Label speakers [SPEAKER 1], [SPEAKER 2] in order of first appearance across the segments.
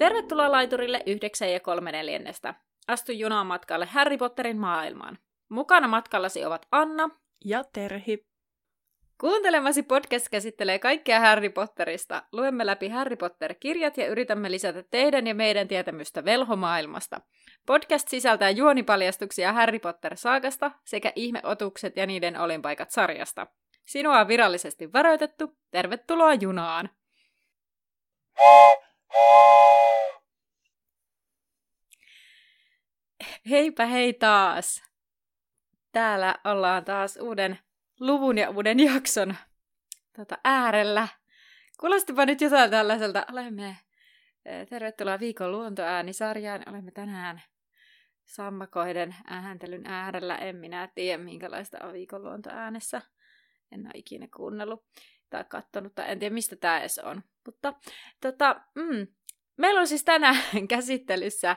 [SPEAKER 1] Tervetuloa laiturille 9 3/4. Astu junaan matkalle Harry Potterin maailmaan. Mukana matkallasi ovat Anna
[SPEAKER 2] ja Terhi.
[SPEAKER 1] Kuuntelemasi podcast käsittelee kaikkea Harry Potterista. Luemme läpi Harry Potter-kirjat ja yritämme lisätä teidän ja meidän tietämystä velhomaailmasta. Podcast sisältää juonipaljastuksia Harry Potter-saagasta sekä ihmeotukset ja niiden olinpaikat sarjasta. Sinua on virallisesti varoitettu. Tervetuloa junaan! Heipä hei taas! Täällä ollaan taas uuden luvun ja uuden jakson äärellä. Kuulostipa nyt jotain tällaiselta. Tervetuloa viikon luontoäänisarjaan. Olemme tänään sammakoiden ääntelyn äärellä. En minä tiedä, minkälaista on viikon luontoäänessä. En ole ikinä kuunnellut tai katsonut, tai en tiedä, mistä tämä edes on. Mutta meillä on siis tänään käsittelyssä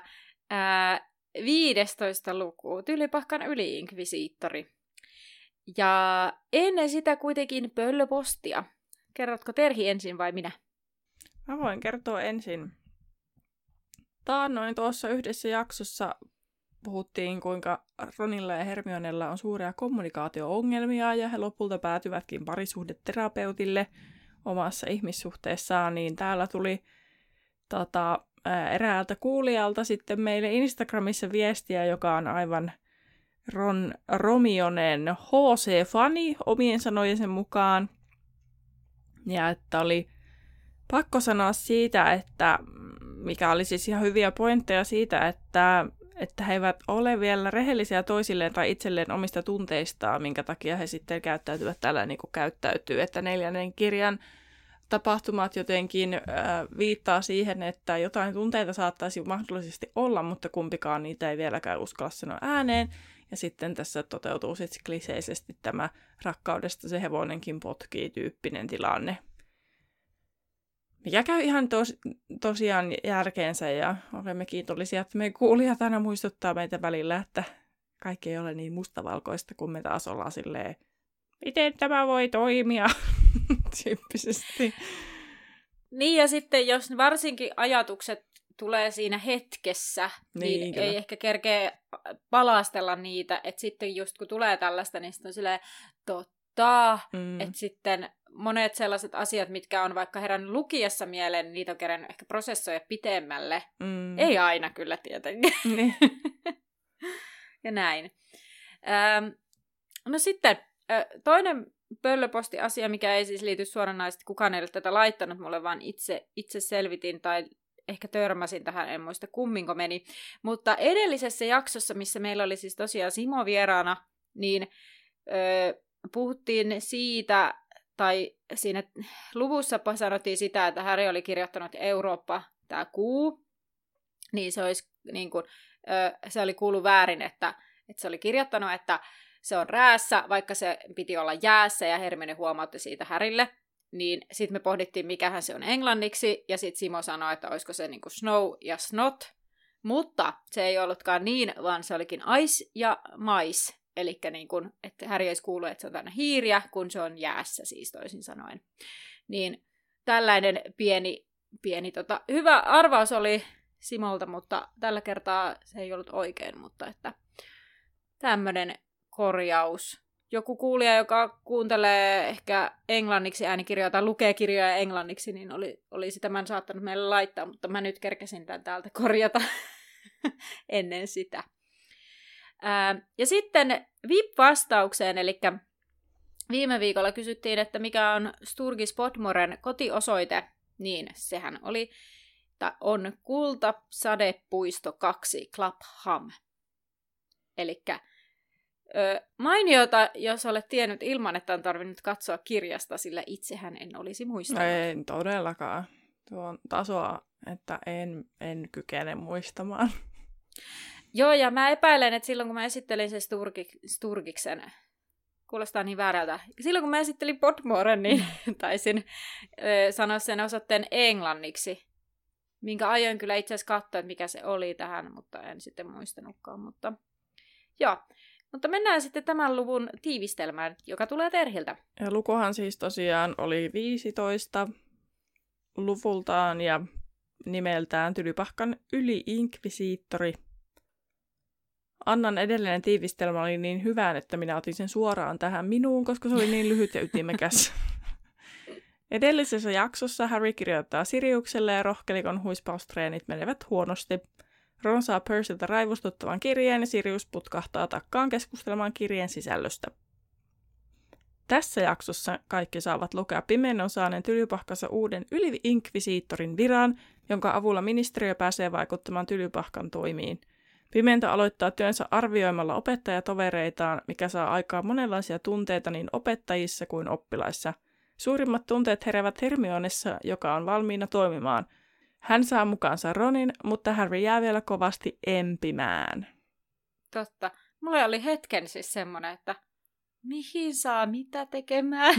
[SPEAKER 1] 15 luku, Tylypahkan yli-inkvisiittori. Ja ennen sitä kuitenkin pöllöpostia. Kerrotko Terhi ensin vai minä?
[SPEAKER 2] Mä voin kertoa ensin. Taannoin tuossa yhdessä jaksossa puhuttiin, kuinka Ronilla ja Hermionella on suuria kommunikaatio-ongelmia ja he lopulta päätyvätkin parisuhdeterapeutille omassa ihmissuhteessaan, niin täällä tuli eräältä kuulijalta sitten meille Instagramissa viestiä, joka on aivan Romionen HC-fani omien sanojensa mukaan. Ja että oli pakko sanoa siitä, että mikä oli siis ihan hyviä pointteja siitä, että he eivät ole vielä rehellisiä toisilleen tai itselleen omista tunteistaan, minkä takia he sitten käyttäytyvät tällä niin kuin käyttäytyy. Että 4. kirjan tapahtumat jotenkin viittaa siihen, että jotain tunteita saattaisi mahdollisesti olla, mutta kumpikaan niitä ei vieläkään uskalla sanoa ääneen. Ja sitten tässä toteutuu sitten kliseisesti tämä rakkaudesta se hevonenkin potkii -tyyppinen tilanne. Mikä käy ihan tosiaan järkeensä ja olemme kiitollisia, että meidän kuulijat aina muistuttaa meitä välillä, että kaikki ei ole niin mustavalkoista kuin me taas ollaan silleen, miten tämä voi toimia tyyppisesti.
[SPEAKER 1] Niin ja sitten jos varsinkin ajatukset tulee siinä hetkessä, niin ei ehkä kerkeä palastella niitä, että sitten just kun tulee tällaista, niin sitten on silleen että sitten monet sellaiset asiat, mitkä on vaikka herännyt lukiessa mieleen, niin niitä on kerännyt ehkä prosessoida pitemmälle. Ei aina kyllä tietenkin.
[SPEAKER 2] Niin.
[SPEAKER 1] Ja näin. No sitten toinen pöllöposti-asia, mikä ei siis liity suoranaisesti, kukaan ei ole tätä laittanut mulle, vaan itse selvitin tai ehkä törmäsin tähän, en muista kumminko meni. Mutta edellisessä jaksossa, missä meillä oli siis tosiaan Simo vieraana, niin puhuttiin siitä, tai siinä luvussa sanottiin sitä, että Harry oli kirjoittanut Eurooppa, tämä kuu, niin se olisi niin kuin, se oli kuullut väärin, että se oli kirjoittanut, että se on räässä, vaikka se piti olla jäässä, ja Hermione huomautti siitä Harrylle. Niin sitten me pohdittiin, mikähän se on englanniksi, ja sitten Simo sanoi, että olisiko se niin kuin snow ja snot, mutta se ei ollutkaan niin, vaan se olikin ice ja mice, eli niin kuin, että Harry olisi kuullut, että se on täynnä hiiriä, kun se on jäässä siis toisin sanoen. Niin tällainen pieni hyvä arvaus oli Simolta, mutta tällä kertaa se ei ollut oikein, mutta että tämmöinen korjaus. Joku kuulija, joka kuuntelee ehkä englanniksi äänikirjoja tai lukee kirjoja englanniksi, niin olisi tämän saattanut meille laittaa, mutta mä nyt kerkesin tämän täältä korjata ennen sitä. Ja sitten VIP-vastaukseen, eli viime viikolla kysyttiin, että mikä on Sturgis Podmoren kotiosoite, niin sehän oli, tai on Kultasadepuisto 2 Clapham. Elikkä mainiota, jos olet tiennyt ilman, että on tarvinnut katsoa kirjasta, sillä itsehän en olisi muistanut.
[SPEAKER 2] Ei todellakaan. Tuo on tasoa, että en kykene muistamaan.
[SPEAKER 1] Joo, ja mä epäilen, että silloin kun mä esittelin sen Sturgiksen, kuulostaa niin väärältä, silloin kun mä esittelin Podmoren, niin taisin sanoa sen osoitteen englanniksi, minkä ajoin kyllä itse asiassa katsoa, että mikä se oli tähän, mutta en sitten muistanutkaan. Mutta joo. Mutta mennään sitten tämän luvun tiivistelmään, joka tulee Terhiltä.
[SPEAKER 2] Ja lukuhan siis tosiaan oli 15 luvultaan ja nimeltään Tylypahkan yli-inkvisiittori. Annan edellinen tiivistelmä oli niin hyvä, että minä otin sen suoraan tähän minuun, koska se oli niin lyhyt ja ytimekäs. Edellisessä jaksossa Harry kirjoittaa Siriukselle ja rohkelikon huispaustreenit menevät huonosti. Ron saa Percyltä raivostuttavan kirjeen ja Sirius putkahtaa takkaan keskustelemaan kirjeen sisällöstä. Tässä jaksossa kaikki saavat lukea Pimennon saaneen Tylypahkassa uuden yli-inkvisiittorin viran, jonka avulla ministeriö pääsee vaikuttamaan Tylypahkan toimiin. Pimento aloittaa työnsä arvioimalla opettajatovereitaan, mikä saa aikaan monenlaisia tunteita niin opettajissa kuin oppilaissa. Suurimmat tunteet heräävät Hermionessa, joka on valmiina toimimaan. Hän saa mukaansa Ronin, mutta Harry jää vielä kovasti empimään.
[SPEAKER 1] Totta. Mulla oli hetken siis semmoinen, että mihin saa mitä tekemään.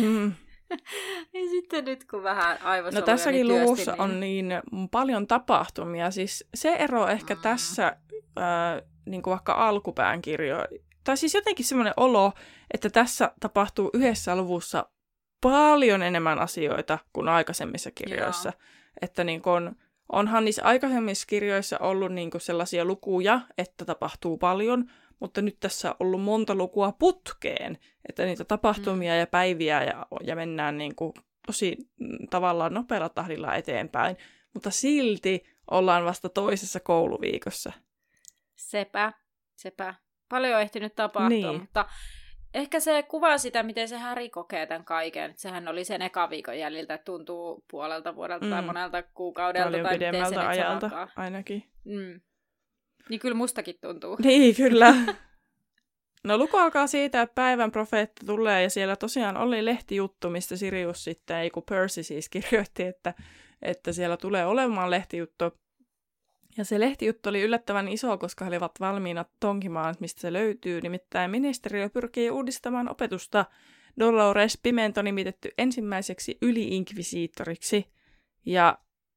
[SPEAKER 1] Ja sitten nyt kun vähän aivosoluja
[SPEAKER 2] tässäkin
[SPEAKER 1] niin
[SPEAKER 2] luvussa on niin paljon tapahtumia. Siis se ero ehkä tässä, niin kuin vaikka alkupään kirjoja, tai siis jotenkin semmoinen olo, että tässä tapahtuu yhdessä luvussa paljon enemmän asioita kuin aikaisemmissa kirjoissa. Joo. Että niin kuin onhan niissä aikaisemmissa kirjoissa ollut niin kuin sellaisia lukuja, että tapahtuu paljon, mutta nyt tässä on ollut monta lukua putkeen, että niitä tapahtumia ja päiviä ja mennään niin kuin tosi tavallaan nopealla tahdilla eteenpäin, mutta silti ollaan vasta toisessa kouluviikossa.
[SPEAKER 1] Sepä. Paljon on ehtinyt tapahtua,
[SPEAKER 2] niin.
[SPEAKER 1] Mutta ehkä se kuvaa sitä, miten se Harry kokee tämän kaiken. Sehän oli sen eka viikon jäljiltä, että tuntuu puolelta vuodelta tai monelta kuukaudelta.
[SPEAKER 2] Paljon
[SPEAKER 1] tai
[SPEAKER 2] pidemmältä ajalta ainakin.
[SPEAKER 1] Niin kyllä mustakin tuntuu.
[SPEAKER 2] Niin, kyllä. No luku alkaa siitä, että päivän profeetta tulee ja siellä tosiaan oli lehtijuttu, mistä Sirius sitten, ei kun Percy siis kirjoitti, että siellä tulee olemaan lehtijuttu. Ja se lehtijuttu oli yllättävän iso, koska he olivat valmiina tonkimaan, mistä se löytyy. Nimittäin ministeriö pyrkii uudistamaan opetusta. Dolores Pimento nimitetty ensimmäiseksi yli-inkvisiittoriksi. Ja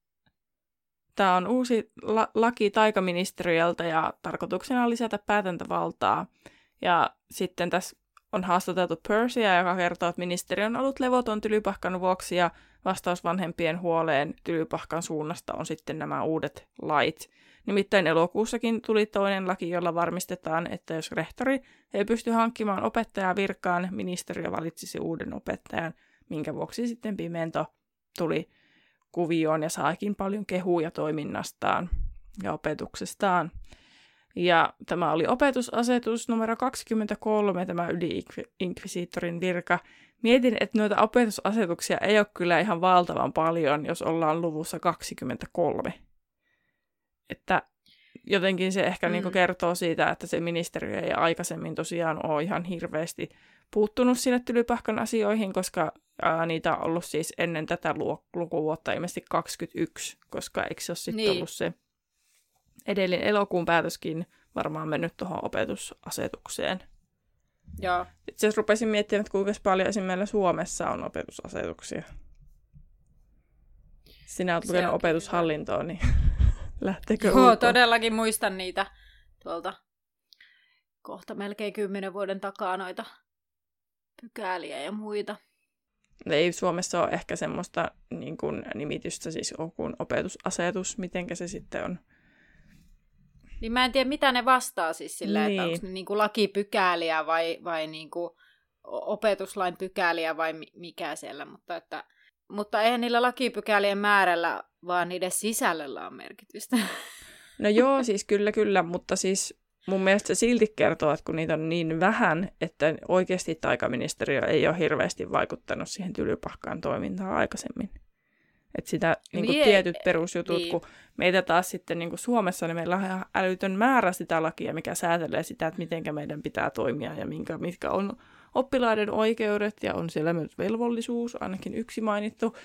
[SPEAKER 2] tämä on uusi laki taikaministeriöltä ja tarkoituksena on lisätä päätäntävaltaa. Ja sitten tässä on haastateltu Percyä, joka kertoo, että ministeriö on ollut levoton Tylypahkan vuoksi ja vastaus vanhempien huoleen Tylypahkan suunnasta on sitten nämä uudet lait. Nimittäin elokuussakin tuli toinen laki, jolla varmistetaan, että jos rehtori ei pysty hankkimaan opettajaa virkaan, ministeriö valitsisi uuden opettajan, minkä vuoksi sitten Pimento tuli kuvioon ja saikin paljon kehuja toiminnastaan ja opetuksestaan. Ja tämä oli opetusasetus numero 23, tämä yli-inkvisiittorin virka. Mietin, että noita opetusasetuksia ei ole kyllä ihan valtavan paljon, jos ollaan luvussa 23. Että jotenkin se ehkä niinku kertoo siitä, että se ministeriö ei aikaisemmin tosiaan ole ihan hirveästi puuttunut sinne Tylypahkan asioihin, koska niitä on ollut siis ennen tätä lukuvuotta ilmeisesti 21, koska eikö se ole sitten ollut se edellinen elokuun päätöskin varmaan mennyt tuohon opetusasetukseen.
[SPEAKER 1] Joo.
[SPEAKER 2] Itse asiassa rupesin miettimään, että kuinka paljon esimerkiksi meillä Suomessa on opetusasetuksia. Sinä olet lukenut opetushallintoa, niin lähteekö
[SPEAKER 1] Joo, todellakin muistan niitä tuolta kohta melkein 10 vuoden takaa noita pykäliä ja muita.
[SPEAKER 2] Ei Suomessa ole ehkä semmoista niin kuin nimitystä, siis kuin opetusasetus, mitenkä se sitten on.
[SPEAKER 1] Niin mä en tiedä, mitä ne vastaa siis silleen, että onko ne niinku lakipykäliä vai niinku opetuslain pykäliä vai mikä siellä, mutta eihän niillä lakipykälien määrällä, vaan niiden sisällöllä on merkitystä.
[SPEAKER 2] No joo, siis kyllä, mutta siis mun mielestä se silti kertoo, että kun niitä on niin vähän, että oikeasti taikaministeriö ei ole hirveästi vaikuttanut siihen Tylypahkaan toimintaan aikaisemmin. Että sitä niin tietyt perusjutut, kun meitä taas sitten niin Suomessa, niin meillä on ihan älytön määrä sitä lakia, mikä säätelee sitä, että miten meidän pitää toimia ja mitkä on oppilaiden oikeudet ja on siellä myös velvollisuus, ainakin yksi mainittu,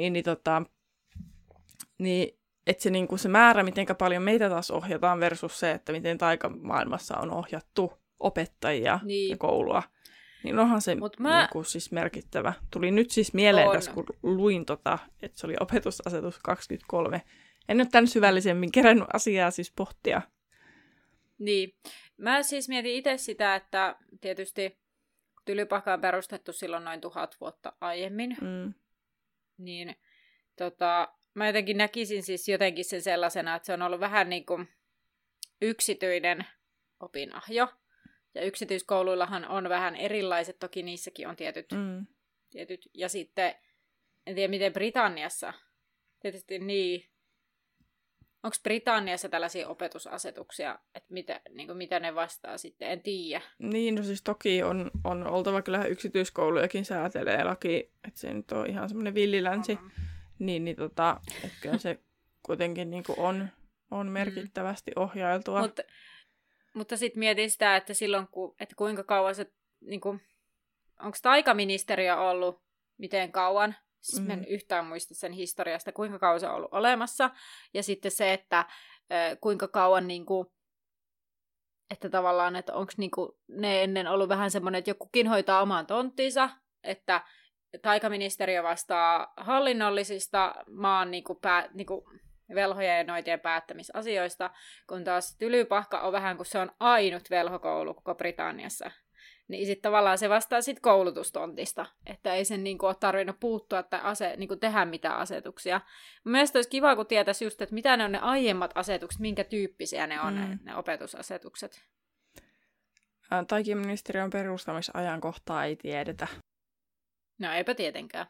[SPEAKER 2] niin että se, niin kuin se määrä, miten paljon meitä taas ohjataan versus se, että miten taikamaailmassa on ohjattu opettajia ja koulua. Niin onhan se niin siis merkittävä. Tuli nyt siis mieleen tässä, kun luin että se oli opetusasetus 23. En nyt tämän syvällisemmin kerännyt asiaa siis pohtia.
[SPEAKER 1] Niin. Mä siis mietin itse sitä, että tietysti Tylypahka on perustettu silloin noin 1000 vuotta aiemmin. Niin mä jotenkin näkisin siis jotenkin sen sellaisena, että se on ollut vähän niin kuin yksityinen opinahjo. Ja yksityiskouluillahan on vähän erilaiset, toki niissäkin on tietyt. Ja sitten, en tiedä miten Britanniassa, tietysti niin, onko Britanniassa tällaisia opetusasetuksia, että mitä ne vastaa sitten, en tiedä.
[SPEAKER 2] Niin, no siis toki on oltava kyllä yksityiskoulujakin säätelee laki, että se nyt on ihan semmoinen villilänsi. Että kyllä se kuitenkin niin kuin on merkittävästi ohjailtua.
[SPEAKER 1] Mutta sitten mietin sitä, että silloin, että kuinka kauan se, niin kuin, onko taikaministeriö ollut miten kauan, siis mä en yhtään muista sen historiasta, kuinka kauan se on ollut olemassa, ja sitten se, että kuinka kauan, niin kuin, että tavallaan, että onko niin kuin, ne ennen ollut vähän semmoinen, että jokukin hoitaa oman tonttinsa, että taikaministeriö vastaa hallinnollisista maan niin kuin velhojen ja noitien päättämisasioista, kun taas Tylypahka on vähän kuin se on ainut velhokoulu koko Britanniassa. Niin sitten tavallaan se vastaa sitten koulutustontista, että ei sen niinku ole tarvinnut puuttua tai niinku tehdä mitään asetuksia. Mielestäni olisi kiva, kun tietäisi just, että mitä ne on ne aiemmat asetukset, minkä tyyppisiä ne on ne opetusasetukset.
[SPEAKER 2] Taikaministeriön perustamisajankohtaa ei tiedetä.
[SPEAKER 1] No eipä tietenkään.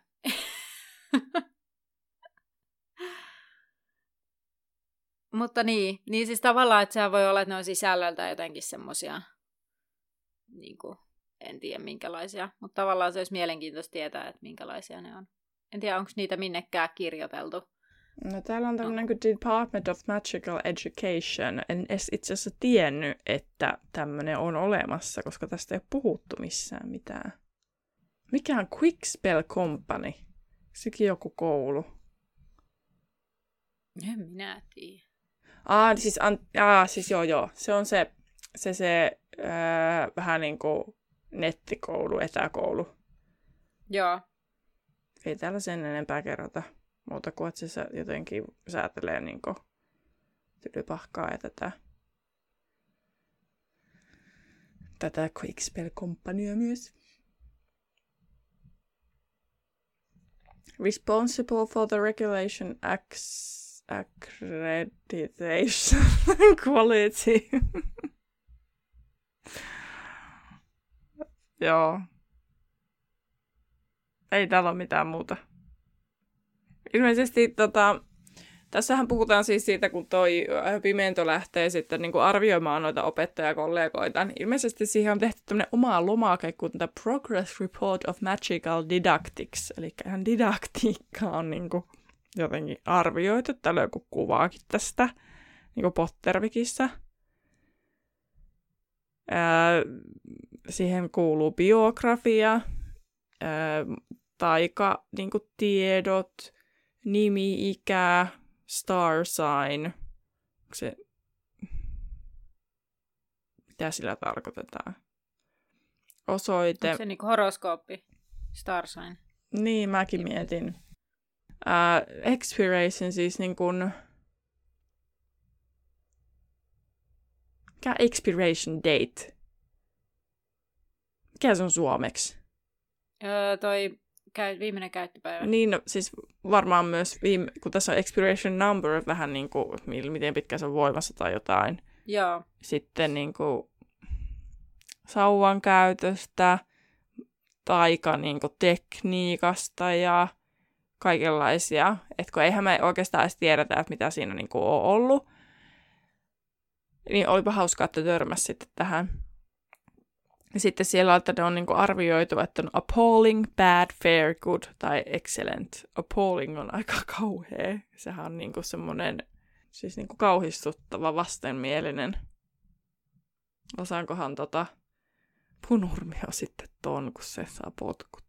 [SPEAKER 1] Mutta niin siis tavallaan, että sehän voi olla, että ne on sisällöltä jotenkin semmosia, niin kuin, en tiedä minkälaisia, mutta tavallaan se olisi mielenkiintoista tietää, että minkälaisia ne on. En tiedä, onko niitä minnekään kirjoiteltu.
[SPEAKER 2] No täällä on tämmöinen kuin Department of Magical Education. En edes itse asiassa tiennyt, että tämmöinen on olemassa, koska tästä ei ole puhuttu missään mitään. Mikä on Quickspell Company? Sekin joku koulu.
[SPEAKER 1] En minä tiedä.
[SPEAKER 2] Siis joo. Se on se vähän niin kuin nettikoulu, etäkoulu.
[SPEAKER 1] Joo.
[SPEAKER 2] Ei täällä sen enempää kerrota. Muuta kuin, että se jotenkin säätelee niin kuin Tylypahkaa ja tätä Quickspell Companyaa myös. Responsible for the regulation accreditation quality. Joo. Ei täällä ole mitään muuta. Ilmeisesti tässähän puhutaan siis siitä, kun toi Pimento lähtee sitten niin kuin arvioimaan noita opettajakollegoita. Niin ilmeisesti siihen on tehty tämmöinen oma lomake kuin The Progress Report of Magical Didactics. Eli ihan didaktiikka on niin kuin jotenkin arvioitu. Täällä on joku kuvaakin tästä niin kuin Pottervikissä. Siihen kuuluu biografia, niin kuin tiedot, nimi, ikä, star sign. Mitä sillä tarkoitetaan? Osoite.
[SPEAKER 1] Onko se niin kuin horoskooppi? Star sign.
[SPEAKER 2] Niin, mäkin mietin. Expiration siis niin kuin... Mikä expiration date? Mikä se on suomeksi?
[SPEAKER 1] Toi viimeinen käyttöpäivä.
[SPEAKER 2] Niin, no, siis varmaan myös, kun tässä on expiration number, vähän niin kuin, miten pitkään se on voimassa tai jotain.
[SPEAKER 1] Joo.
[SPEAKER 2] Sitten niin kuin sauvan käytöstä, taika niin kuin tekniikasta ja kaikenlaisia. Että kun eihän me oikeastaan edes tiedetä, että mitä siinä niin kuin on ollut. Niin olipa hauskaa, että törmäsi sitten tähän. Ja sitten siellä on, että ne on niin kuin arvioitu, että on appalling, bad, fair, good tai excellent. Appalling on aika kauhea. Sehän on niin kuin semmoinen siis niin kuin kauhistuttava, vastenmielinen. Osaankohan punurmia sitten ton, kun se saa potkut.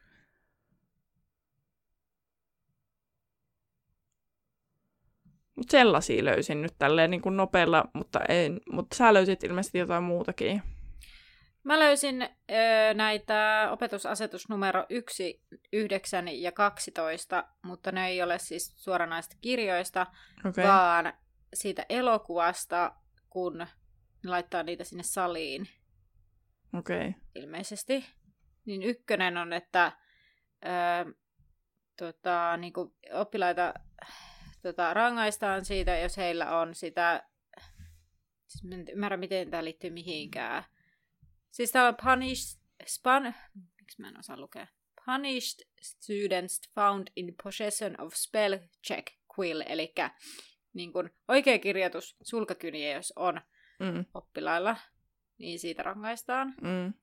[SPEAKER 2] Mutta sellaisia löysin nyt tälleen niin kuin nopealla, mutta sä löysit ilmeisesti jotain muutakin.
[SPEAKER 1] Mä löysin näitä opetusasetus numero 1, 9 ja 12, mutta ne ei ole siis suoranaista kirjoista, vaan siitä elokuvasta, kun ne laittaa niitä sinne saliin.
[SPEAKER 2] Okei.
[SPEAKER 1] Ilmeisesti. Niin 1 on, että niin kuin oppilaita rangaistaan siitä, jos heillä on sitä... Siis mä en ymmärrä, miten tämä liittyy mihinkään. Siis täällä on miksi mä en osaa lukea? Punished students found in possession of spell check quill, eli niin kuin oikea kirjoitus sulkakyniä, jos on oppilailla, niin siitä rangaistaan.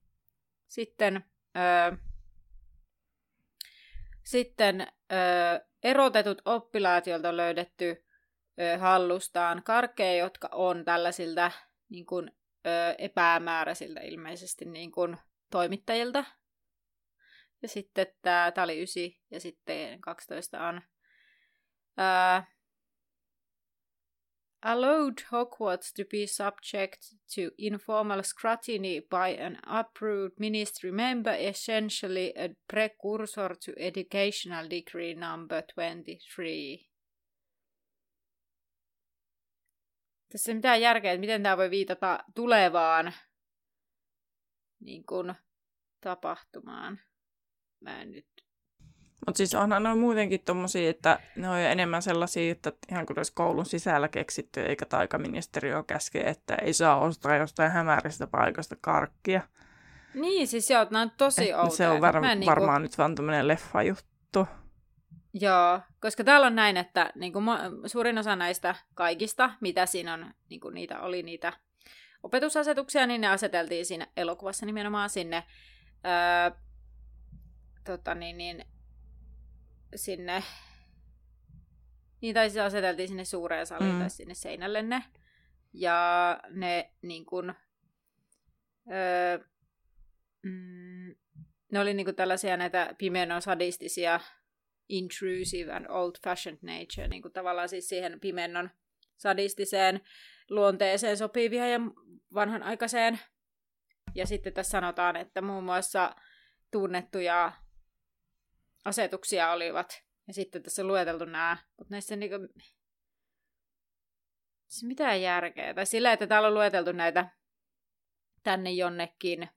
[SPEAKER 1] Sitten erotetut oppilaat, joilta on löydetty hallustaan karkkeja, jotka on tällaisilta niin kuin, epämääräisiltä ilmeisesti niin kuin, toimittajilta. Ja sitten tämä oli 9 ja sitten 12 on allowed Hogwarts to be subject to informal scrutiny by an approved ministry member, essentially a precursor to educational degree number 23. Tässä ei mitään järkeä, että miten tämä voi viitata tulevaan niin kuin, tapahtumaan. Mä en nyt...
[SPEAKER 2] Mutta siis onhan ne muutenkin tommosia, että ne on jo enemmän sellaisia, että ihan kuin olisi koulun sisällä keksitty, eikä taikaministeriö käske, että ei saa ostaa jostain hämäristä paikasta karkkia.
[SPEAKER 1] Niin, siis joo, nämä on tosi outoja.
[SPEAKER 2] Se on varmaan nyt vaan tämmöinen leffajuttu.
[SPEAKER 1] Joo, koska täällä on näin, että niin kuin suurin osa näistä kaikista, mitä siinä on, niin kuin niitä opetusasetuksia, niin ne aseteltiin siinä elokuvassa nimenomaan sinne, sinne, tai siis aseteltiin sinne suureen saliin tai sinne seinälle ne. Ja ne niin kuin, ne oli niin kuin tällaisia näitä pimennon-sadistisia intrusive and old-fashioned nature, niin kuin tavallaan siis siihen pimennon sadistiseen luonteeseen sopivia ja vanhanaikaiseen. Ja sitten tässä sanotaan, että muun muassa tunnettuja asetuksia olivat. Ja sitten tässä on lueteltu nämä, mutta näissä niinku... Siis mitään järkeä. Tai sillä, että täällä on lueteltu näitä tänne jonnekin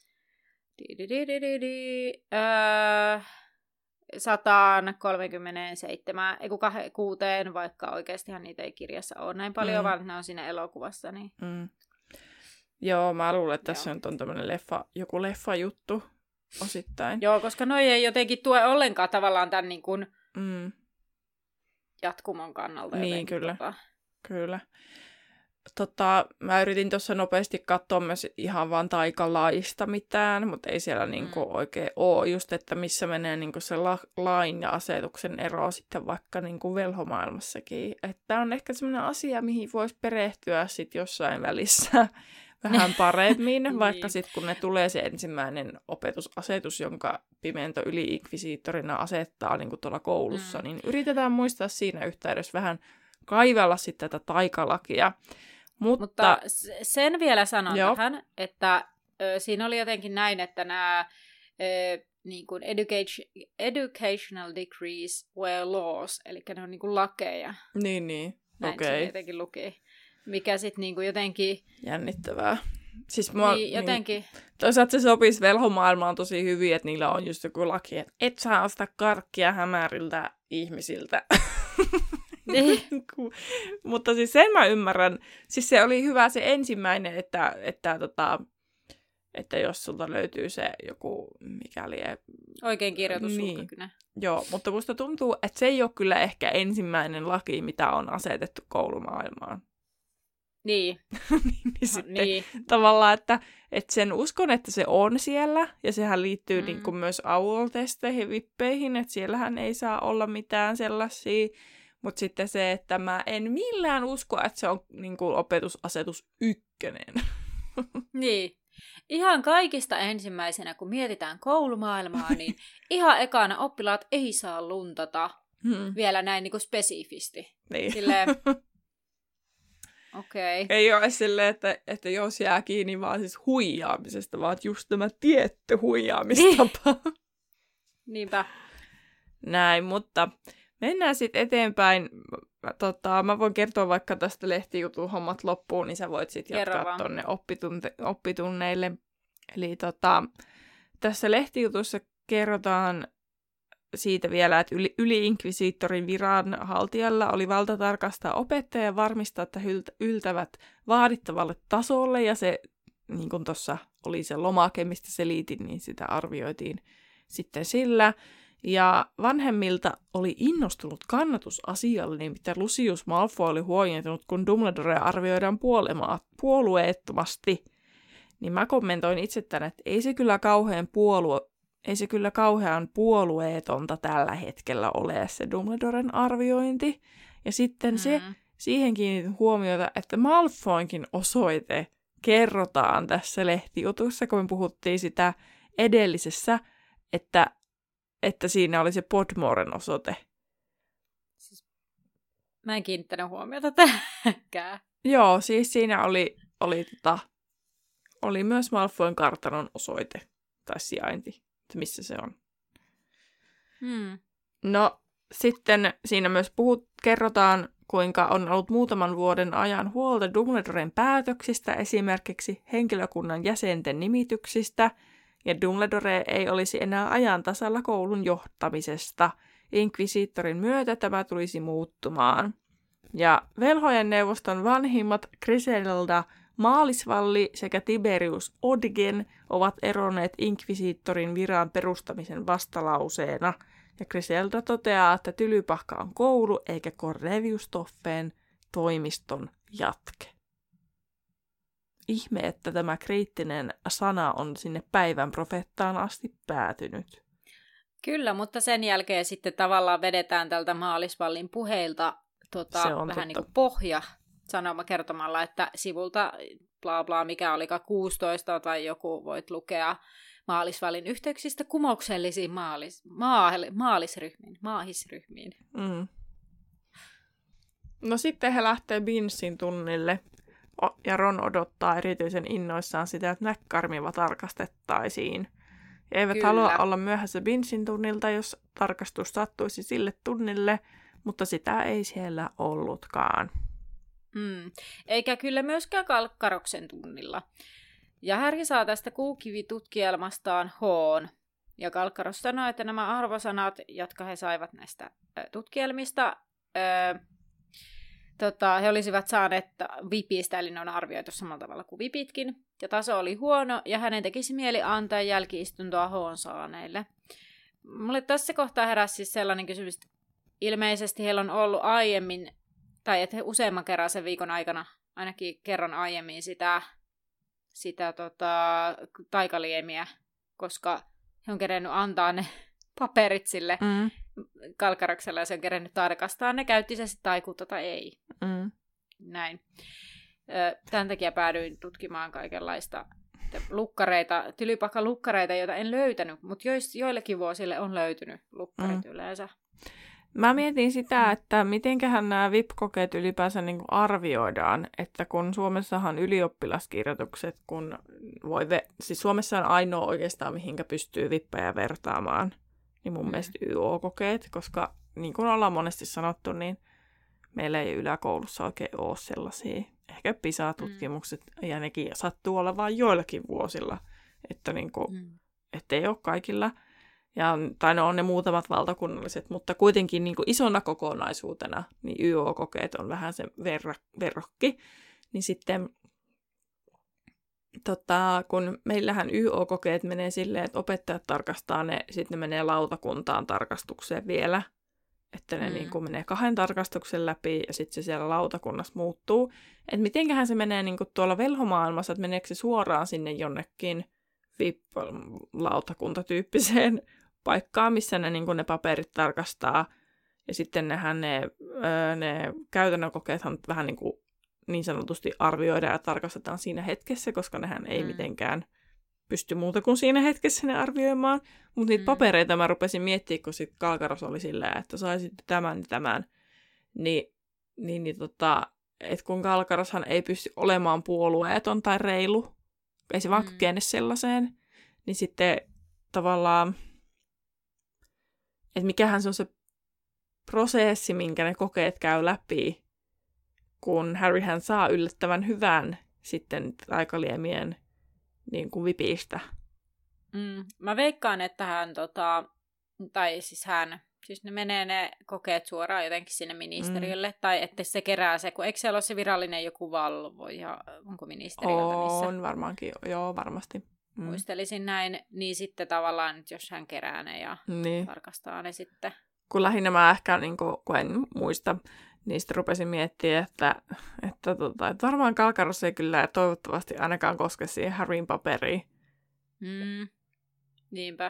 [SPEAKER 1] 137, ei kun 6, vaikka oikeastihan niitä ei kirjassa ole näin paljon, vaan ne on siinä elokuvassa. Niin.
[SPEAKER 2] Joo, mä luulen, että tässä on tämmöinen joku leffajuttu osittain.
[SPEAKER 1] Joo, koska noi ei jotenkin tue ollenkaan tavallaan tämän niin kuin jatkumon kannalta.
[SPEAKER 2] Niin, kyllä. Kyllä. Mä yritin tuossa nopeasti katsoa myös ihan vaan taikalaista mitään, mutta ei siellä niinku oikein ole just, että missä menee niinku se lain ja asetuksen ero sitten vaikka niinku velhomaailmassakin. Että on ehkä semmoinen asia, mihin voisi perehtyä sitten jossain välissä vähän paremmin, vaikka sitten kun ne tulee se ensimmäinen opetusasetus, jonka Pimento yli-inkvisiittorina asettaa niinku tuolla koulussa, niin yritetään muistaa siinä yhteydessä vähän kaivella sitten tätä taikalakia. Mutta
[SPEAKER 1] sen vielä sanon tähän, että siinä oli jotenkin näin, että nämä niin kuin educational degrees were laws, eli ne on niin kuin lakeja.
[SPEAKER 2] Niin.
[SPEAKER 1] Näin se jotenkin luki. Mikä sitten niin kuin jotenkin...
[SPEAKER 2] Jännittävää. Siis
[SPEAKER 1] jotenkin...
[SPEAKER 2] Toisaalta se sopisi velhomaailmaan tosi hyvin, että niillä on just joku laki, että et saa ostaa karkkia hämäriltä ihmisiltä. Mutta siis sen mä ymmärrän. Siis se oli hyvä se ensimmäinen, että jos sulta löytyy se joku, mikäli...
[SPEAKER 1] Oikein kirjoitus sulkakynä.
[SPEAKER 2] Joo, mutta musta tuntuu, että se ei ole kyllä ehkä ensimmäinen laki, mitä on asetettu koulumaailmaan.
[SPEAKER 1] Niin.
[SPEAKER 2] niin. Tavallaan, että sen uskon, että se on siellä, ja sehän liittyy niin kuin myös AUL-testeihin, vippeihin, että siellähän ei saa olla mitään sellaisia. Mutta sitten se, että mä en millään usko, että se on niin kuin opetusasetus 1.
[SPEAKER 1] Niin. Ihan kaikista ensimmäisenä, kun mietitään koulumaailmaa, niin ihan ekana oppilaat ei saa luntata vielä näin niin kuin spesifisti.
[SPEAKER 2] Niin.
[SPEAKER 1] Silleen, okei.
[SPEAKER 2] Ei ole silleen, että jos jää kiinni vaan siis huijaamisesta, vaan just tämä tietty huijaamistapa.
[SPEAKER 1] Niinpä.
[SPEAKER 2] Näin, mutta... Mennään sitten eteenpäin. Mä voin kertoa vaikka tästä lehtijutun hommat loppuun, niin sä voit sitten jatkaa tuonne oppitunneille. Eli tässä lehtijutussa kerrotaan siitä vielä, että yli-inkvisiittorin viranhaltijalla oli valta tarkastaa opettajia ja varmistaa, että yltävät vaadittavalle tasolle, ja se, niin kuin tuossa oli se lomake, mistä selitin, niin sitä arvioitiin sitten sillä. Ja vanhemmilta oli innostunut kannatus asialle, nimittäin Lucius Malfoy oli huojentunut, kun Dumbledore arvioidaan puolueettomasti. Niin mä kommentoin itse tänne, että ei se kyllä kauhean puolueetonta tällä hetkellä ole se Dumbledoren arviointi. Ja sitten siihen kiinnitin huomiota, että Malfoynkin osoite kerrotaan tässä lehtijutussa, kun me puhuttiin sitä edellisessä, että siinä oli se Podmoren osoite.
[SPEAKER 1] Siis, mä en kiinnittänyt huomiota tähänkään.
[SPEAKER 2] Joo, siis siinä oli myös Malfoyn kartanon osoite tai sijainti, missä se on. No, sitten siinä myös kerrotaan, kuinka on ollut muutaman vuoden ajan huolta Dumbledoren päätöksistä, esimerkiksi henkilökunnan jäsenten nimityksistä, ja Dumbledore ei olisi enää ajan tasalla koulun johtamisesta. Inkvisiittorin myötä tämä tulisi muuttumaan. Ja velhojen neuvoston vanhimmat Griselda Maalisvalli sekä Tiberius Odgen ovat eronneet inkvisiittorin viran perustamisen vastalauseena. Ja Griselda toteaa, että Tylypahka on koulu eikä Cornelius Toffeen toimiston jatke. Ihme, että tämä kriittinen sana on sinne päivän profeettaan asti päätynyt.
[SPEAKER 1] Kyllä, mutta sen jälkeen sitten tavallaan vedetään tältä Maalisvallin puheilta vähän niin kuin pohja sanoma kertomalla, että sivulta bla bla, mikä olikaan 16 tai joku voit lukea Maalisvallin yhteyksistä kumouksellisiin maahisryhmiin.
[SPEAKER 2] No sitten he lähtee Binsin tunnille. Ja Ron odottaa erityisen innoissaan sitä, että näkkarmiva tarkastettaisiin. He eivät halua olla myöhässä Binsin tunnilta, jos tarkastus sattuisi sille tunnille, mutta sitä ei siellä ollutkaan.
[SPEAKER 1] Eikä kyllä myöskään Kalkkaroksen tunnilla. Ja Harry saa tästä kuukivitutkielmastaan H:n. Ja Kalkkaros sanoi, että nämä arvosanat, jotka he saivat näistä tutkielmista, he olisivat saaneet vipistä, eli ne on arvioitu samalla tavalla kuin vipitkin. Ja taso oli huono, ja hänen tekisi mieli antaa jälki-istuntoa H:n saaneille. Mulle tässä kohtaa heräsi siis sellainen kysymys, että ilmeisesti heillä on ollut aiemmin, tai että he useamman kerran sen viikon aikana, ainakin kerran aiemmin sitä taikaliemiä, koska he on kerennyt antaa ne paperit sille Kalkkarokselle, ja se on kerennyt tarkastaa, ne käytti se sitten taikuutta tai ei. Näin. Tämän takia päädyin tutkimaan kaikenlaista lukkareita, Tylypahka-lukkareita, joita en löytänyt, mutta joillekin vuosille on löytynyt lukkarit yleensä.
[SPEAKER 2] Mä mietin sitä, että mitenköhän nämä VIP-kokeet ylipäänsä niin kuin arvioidaan, että kun Suomessahan ylioppilaskirjoitukset, siis Suomessa on ainoa oikeastaan, mihinkä pystyy vippejä vertaamaan, niin mun mielestä YO-kokeet, koska niin kuin ollaan monesti sanottu, niin meillä ei yläkoulussa oikein ole sellaisia. Ehkä PISA-tutkimukset, ja nekin sattuu olemaan joillakin vuosilla, että niin kuin, ettei ole kaikilla. Tai on ne muutamat valtakunnalliset, mutta kuitenkin niin kuin isona kokonaisuutena niin YO-kokeet on vähän se verrokki. Niin sitten kun meillähän YO-kokeet menee silleen, että opettajat tarkastaa ne, sitten ne menee lautakuntaan tarkastukseen vielä. Että ne niin kuin menee 2 tarkastuksen läpi ja sitten se siellä lautakunnassa muuttuu. Että mitenköhän se menee niin kuin tuolla velhomaailmassa, että meneekö se suoraan sinne jonnekin VIP-lautakuntatyyppiseen paikkaan, missä ne, niin kuin ne paperit tarkastaa. Ja sitten ne käytännön kokeethan vähän niin sanotusti arvioidaan ja tarkastetaan siinä hetkessä, koska nehän ei mitenkään pysty muuta kuin siinä hetkessä ne arvioimaan. Mutta niitä papereita mä rupesin miettimään, kun sitten Kalkkaros oli silleen, että saisit tämän ja tämän. Että kun Kalkkaroshan ei pysty olemaan puolueeton tai reilu, ei se vaan kykene sellaiseen, niin sitten tavallaan, että mikähän se on se prosessi, minkä ne kokeet käy läpi, kun Harryhän saa yllättävän hyvän sitten taikaliemien niin kuin vipistä.
[SPEAKER 1] Mä veikkaan, että hän tai siis siis ne menee ne kokeet suoraan jotenkin sinne ministeriölle, tai että se kerää se, kun eikö siellä ole se virallinen joku valvoja, onko ministeriöltä niissä?
[SPEAKER 2] On varmaankin, joo varmasti.
[SPEAKER 1] Muistelisin näin, niin sitten tavallaan, että jos hän kerää ne ja tarkastaa ne sitten.
[SPEAKER 2] Kun lähinnä mä ehkä, niin kun en muista, niin sitten rupesin miettimään, että varmaan Kalkaros ei kyllä toivottavasti ainakaan koske siihen Harryn paperiin.
[SPEAKER 1] Niinpä.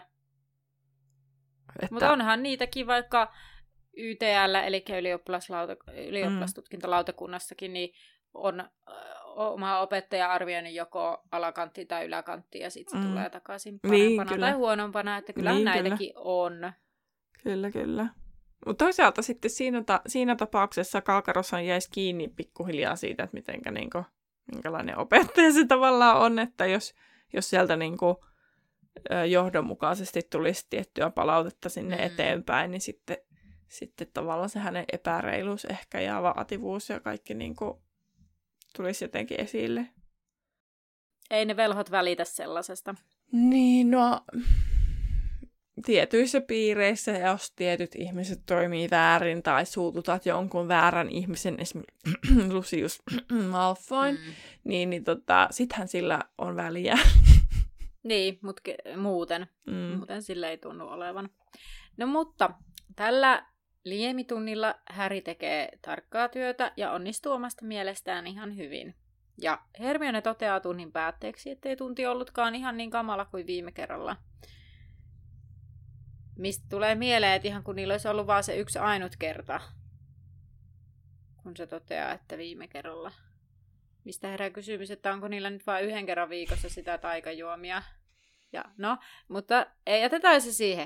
[SPEAKER 1] Mutta onhan niitäkin vaikka YTL, eli ylioppilastutkintolautakunnassakin, niin on oma opettaja arvioinut joko alakanttiin tai yläkanttiin, ja sitten se tulee takaisin parempana tai huonompana, että kyllähän näitäkin on.
[SPEAKER 2] Kyllä. Mutta toisaalta sitten siinä tapauksessa Kalkaroshan jäisi kiinni pikkuhiljaa siitä, että minkälainen opettaja se tavallaan on, että jos sieltä johdonmukaisesti tulisi tiettyä palautetta sinne eteenpäin, niin sitten tavallaan se hänen epäreiluus ehkä ja vaativuus ja kaikki tulisi jotenkin esille.
[SPEAKER 1] Ei ne velhot välitä sellaisesta.
[SPEAKER 2] Niin, no tietyissä piireissä, jos tietyt ihmiset toimii väärin tai suututat jonkun väärän ihmisen, esimerkiksi Lucius Malfoyn, niin sittenhän sillä on väliä.
[SPEAKER 1] Niin, mutta muuten sillä ei tunnu olevan. No mutta tällä liemitunnilla Harry tekee tarkkaa työtä ja onnistuu omasta mielestään ihan hyvin. Ja Hermione toteaa tunnin päätteeksi, ettei tunti ollutkaan ihan niin kamala kuin viime kerralla. Mistä tulee mieleen, että ihan kun niillä olisi ollut vaan se yksi ainut kerta, kun se toteaa, että viime kerralla. Mistä herää kysymys, että onko niillä nyt vain yhden kerran viikossa sitä taikajuomia. Ja no, mutta ei jätetään se siihen.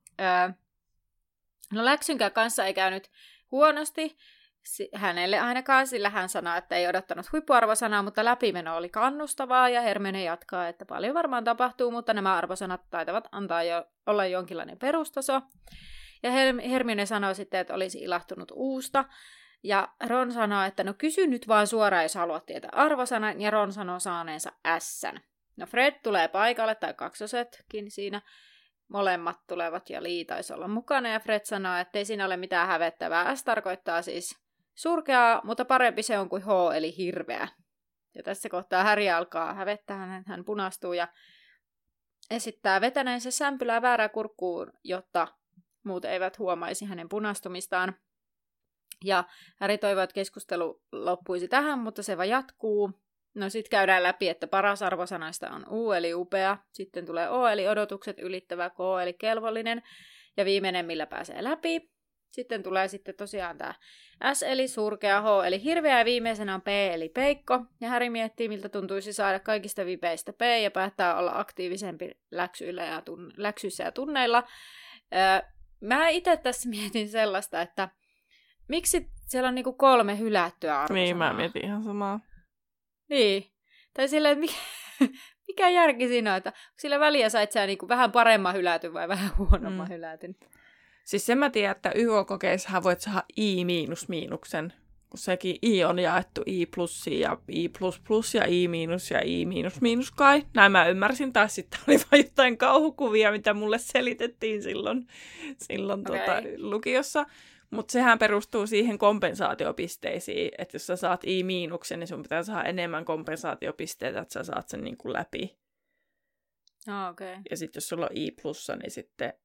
[SPEAKER 1] No läksynkään kanssa ei käynyt huonosti. Hänelle ainakaan, sillä hän sanoi, että ei odottanut huippuarvosanaa, mutta läpimeno oli kannustavaa ja Hermione jatkaa, että paljon varmaan tapahtuu, mutta nämä arvosanat taitavat antaa olla jonkinlainen perustaso. Ja Hermione sanoi sitten, että olisi ilahtunut uusta. Ja Ron sanoo, että no kysy nyt vaan suoraan, jos haluat tietää arvosanan, ja Ron sanoo saaneensa S:n. No Fred tulee paikalle, tai kaksosetkin siinä. Molemmat tulevat ja Lee taisi olla mukana, ja Fred sanoo, että ei siinä ole mitään hävettävää. S tarkoittaa siis surkeaa, mutta parempi se on kuin H, eli hirveä. Ja tässä kohtaa Harry alkaa hävettää, hän punastuu ja esittää vetäneensä sämpylää väärää kurkkuun, jotta muut eivät huomaisi hänen punastumistaan. Ja Harry toivoo, että keskustelu loppuisi tähän, mutta se vaan jatkuu. No sit käydään läpi, että paras arvosanaista on U, eli upea. Sitten tulee O, eli odotukset ylittävä, K, eli kelvollinen. Ja viimeinen, millä pääsee läpi. Sitten tulee tosiaan tämä S, eli surkea, H, eli hirveä. Ja viimeisenä on P, eli peikko. Ja Harry miettii, miltä tuntuisi saada kaikista vipeistä P, ja päättää olla aktiivisempi läksyissä ja tunneilla. Mä itse tässä mietin sellaista, että miksi siellä on 3 hylättyä arvosanaa?
[SPEAKER 2] Niin, mä mietin ihan samaa.
[SPEAKER 1] Niin. Tai silleen, että mikä järki siinä on, että onko sillä väliä sait sä vähän paremman hylätyn vai vähän huonomman hylätyn?
[SPEAKER 2] Siis sen mä tiedän, että YK-kokeissahan voit saada I-miinuksen, kun sekin I on jaettu I plussiin ja I plus ja I miinus ja I miinus kai. Näin mä ymmärsin, taas sitten oli vain jotain kauhukuvia, mitä mulle selitettiin silloin lukiossa. Mutta sehän perustuu siihen kompensaatiopisteisiin, että jos sä saat I-miinuksen, niin sun pitää saada enemmän kompensaatiopisteitä, että sä saat sen läpi.
[SPEAKER 1] Okay.
[SPEAKER 2] Ja sitten jos sulla on I plussa, niin sitten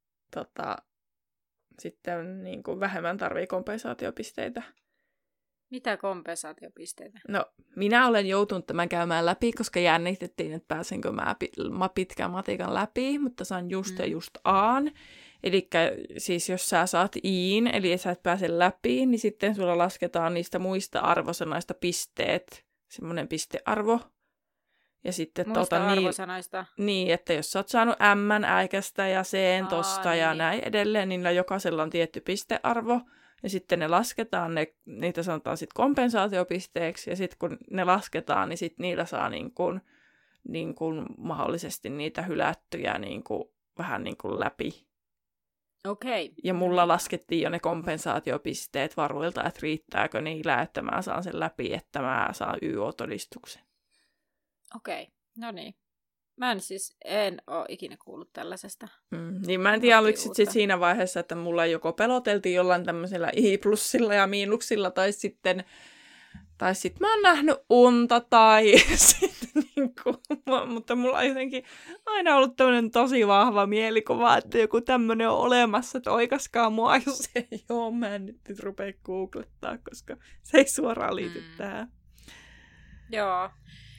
[SPEAKER 2] vähemmän tarvii kompensaatiopisteitä.
[SPEAKER 1] Mitä kompensaatiopisteitä?
[SPEAKER 2] No, minä olen joutunut tämän käymään läpi, koska jännitettiin, että pääsenkö mä pitkän matikan läpi, mutta sain just A:n. Eli siis jos sä saat Iin, eli sä et pääse läpi, niin sitten sulla lasketaan niistä muista arvosanoista pisteet, semmoinen pistearvo. Ja sitten
[SPEAKER 1] muista arvosanoista?
[SPEAKER 2] Niin, että jos sä oot saanut M:n äikästä ja C:n tosta ja näin edelleen, niin jokaisella on tietty pistearvo. Ja sitten ne lasketaan, niitä sanotaan sitten kompensaatiopisteeksi, ja sitten kun ne lasketaan, niin sitten niillä saa niin kuin mahdollisesti niitä hylättyjä vähän läpi.
[SPEAKER 1] Okei.
[SPEAKER 2] Ja mulla laskettiin jo ne kompensaatiopisteet varuilta, että riittääkö niillä, että mä saan sen läpi, että mä saan YO-todistuksen.
[SPEAKER 1] Okei, no niin. Mä en ole ikinä kuullut tällaisesta.
[SPEAKER 2] Niin mä en tiedä, oliko sit siinä vaiheessa, että mulla joko peloteltiin jollain tämmöisellä I-plussilla ja miinuksilla, tai sitten mä oon nähnyt unta, tai sitten mutta mulla on jotenkin aina ollut tämmöinen tosi vahva mielikuva, että joku tämmöinen on olemassa, että oikaskaa mua, jos ei ole, mä en nyt rupea googlettaa, koska se ei suoraan liity tähän.
[SPEAKER 1] Joo.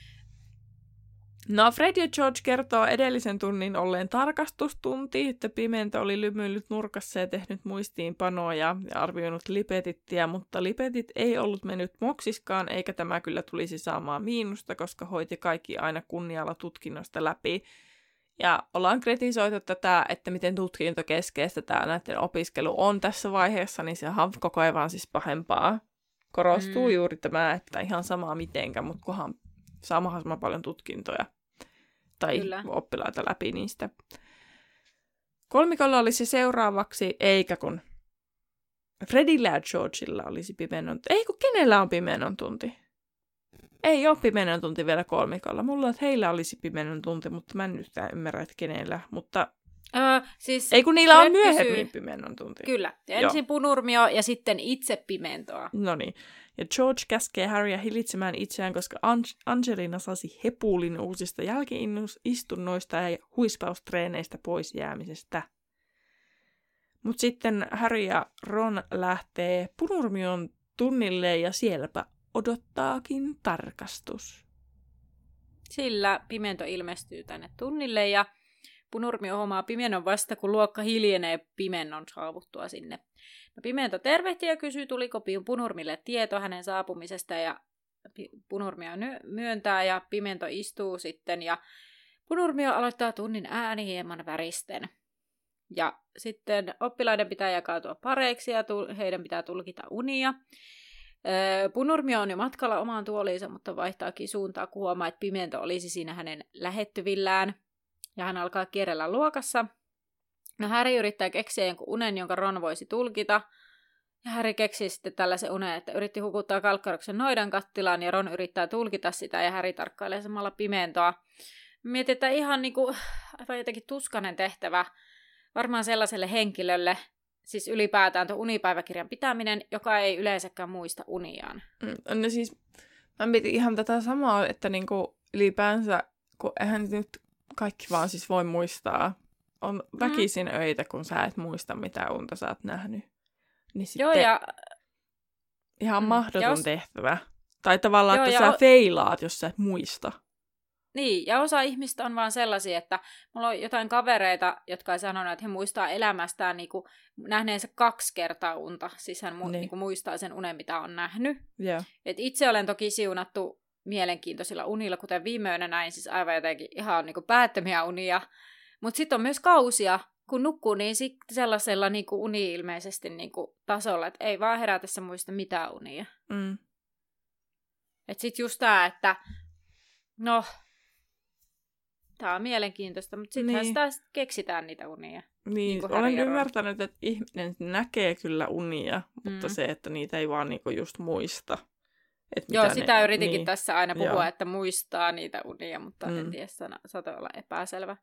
[SPEAKER 2] No, Fred ja George kertoo edellisen tunnin olleen tarkastustunti, että Pimento oli lymyillyt nurkassa ja tehnyt muistiinpanoja ja arvioinut lipetittiä, mutta lipetit ei ollut mennyt moksiskaan, eikä tämä kyllä tulisi saamaan miinusta, koska hoiti kaikki aina kunnialla tutkinnosta läpi. Ja ollaan kritisoitu tätä, että miten tutkintokeskeistä tämä näiden opiskelu on tässä vaiheessa, niin sehän on koko ajan vaan siis pahempaa. Korostuu juuri tämä, että ihan samaa mitenkä, mutta kunhan saa mahdollisimman paljon tutkintoja tai oppilaita läpi niistä. Kolmikolla olisi seuraavaksi, eikä kun Fredillä ja Georgella olisi pimenon tunti. Ei kun kenellä on pimenon tunti? Ei ole pimenon tunti vielä kolmikolla. Mulla on, että heillä olisi pimenon tunti, mutta mä en nyt ymmärrä, että kenellä. Mutta
[SPEAKER 1] siis
[SPEAKER 2] ei kun niillä on myöhemmin pimenon tunti.
[SPEAKER 1] Kyllä. Ja ensin Punurmio ja sitten itse pimentoa.
[SPEAKER 2] No niin. Ja George käskee Harrya hillitsemään itseään, koska Angelina saisi hepulin uusista jälki-istunnoista ja huispaustreeneistä pois jäämisestä. Mutta sitten Harry ja Ron lähtee Punurmion tunnille ja sielläpä odottaakin tarkastus.
[SPEAKER 1] Sillä Pimento ilmestyy tänne tunnille ja Punurmio hommaa Pimenon vasta, kun luokka hiljenee Pimennon saavuttua sinne. No, Pimento tervehtii ja kysyy, tuliko Punurmille tieto hänen saapumisesta, ja Punurmio myöntää ja Pimento istuu sitten ja Punurmio aloittaa tunnin ääni hieman väristen. Ja sitten oppilaiden pitää jakautua pareiksi ja heidän pitää tulkita unia. Punurmio on jo matkalla omaan tuoliinsa, mutta vaihtaakin suuntaa, kun huomaa, että Pimento olisi siinä hänen lähettyvillään. Ja hän alkaa kierrellä luokassa. No, Harry yrittää keksiä jonkun unen, jonka Ron voisi tulkita. Ja Harry keksii sitten tällaisen unen, että yritti hukuttaa Kalkkaroksen noidan kattilaan, ja Ron yrittää tulkita sitä, ja Harry tarkkailee samalla Pimentoa. Mietin, että ihan niinku, aivan jotenkin tuskainen tehtävä varmaan sellaiselle henkilölle, siis ylipäätään tuon unipäiväkirjan pitäminen, joka ei yleensäkään muista uniaan.
[SPEAKER 2] No siis, mä mietin ihan tätä samaa, että niinku ylipäänsä, kun eihän nyt kaikki vaan siis voi muistaa. On väkisin öitä, kun sä et muista, mitä unta sä oot nähnyt. Niin sitten
[SPEAKER 1] joo, ja
[SPEAKER 2] ihan mahdoton tehtävä. Tai tavallaan, että sä feilaat, jos sä et muista.
[SPEAKER 1] Niin, ja osa ihmistä on vaan sellaisia, että mulla on jotain kavereita, jotka on sanonut, että he muistaa elämästään niin kuin nähneensä 2 kertaa unta. Siis hän niin kuin muistaa sen unen, mitä on nähnyt.
[SPEAKER 2] Yeah.
[SPEAKER 1] Et itse olen toki siunattu mielenkiintoisilla unilla, kuten viime yönä näin, siis aivan jotenkin ihan niin kuin päättömiä unia. Mutta sitten on myös kausia, kun nukkuu, niin sellaisella niin kuin uni-ilmeisesti niin kuin tasolla, että ei vaan herätessä muista mitään unia. Että sitten just tämä, että no, tämä on mielenkiintoista, mutta sittenhän sitä keksitään niitä unia.
[SPEAKER 2] Niin olen ymmärtänyt, että ihminen näkee kyllä unia, mutta se, että niitä ei vaan niinku just muista.
[SPEAKER 1] Joo, sitä yritinkin tässä aina puhua, että muistaa niitä unia, mutta en tiedä, saattaa olla epäselvä.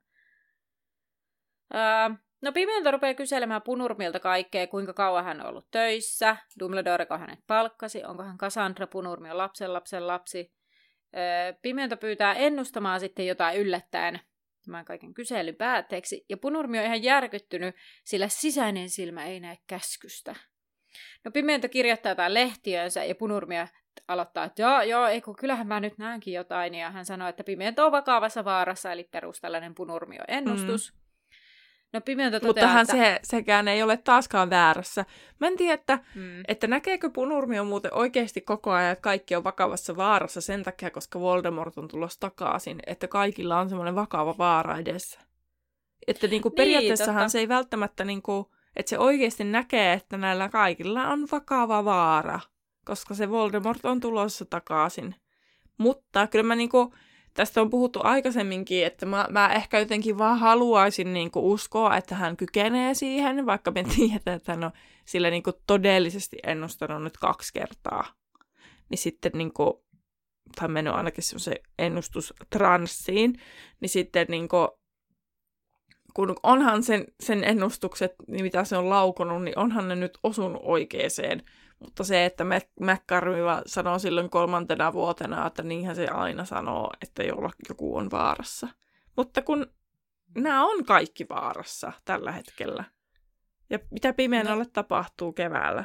[SPEAKER 1] No, Pimento rupeaa kyselemään Punurmilta kaikkea, kuinka kauan hän on ollut töissä, Dumbledoreko hänet palkkasi, onko hän Cassandra Punurmion lapsen lapsi. Pimento pyytää ennustamaan sitten jotain yllättäen tämän kaiken kyselyn päätteeksi, ja Punurmio on ihan järkyttynyt, sillä sisäinen silmä ei näe käskystä. No, Pimento kirjoittaa jotain lehtiönsä, ja Punurmio aloittaa, että joo, eikö kyllähän mä nyt näenkin jotain, ja hän sanoo, että Pimento on vakavassa vaarassa, eli perus tällainen Punurmio-ennustus. No, Pimento toteaa,
[SPEAKER 2] mutta sekään ei ole taaskaan väärässä. Mä en tiedä, että näkeekö Punurmio muuten oikeasti koko ajan, että kaikki on vakavassa vaarassa sen takia, koska Voldemort on tulossa takaisin, että kaikilla on semmoinen vakava vaara edessä. Että niinku periaatteessahan se ei välttämättä, niinku, että se oikeasti näkee, että näillä kaikilla on vakava vaara, koska se Voldemort on tulossa takaisin. Mutta kyllä mä niinku, tästä on puhuttu aikaisemminkin, että mä ehkä jotenkin vaan haluaisin niinku uskoa, että hän kykenee siihen, vaikka me tiedetään, että hän on sillä niinku todellisesti ennustanut nyt 2 kertaa. Niin sitten niinku, tai mennyt ainakin se ennustustranssiin, niin sitten niin kuin, kun onhan sen ennustukset, niin mitä se on laukonut, niin onhan ne nyt osunut oikeeseen. Mutta se, että McCarthy sanoo silloin 3. vuotena, että niinhän se aina sanoo, että joku on vaarassa. Mutta kun nämä on kaikki vaarassa tällä hetkellä. Ja mitä pimeälle tapahtuu keväällä?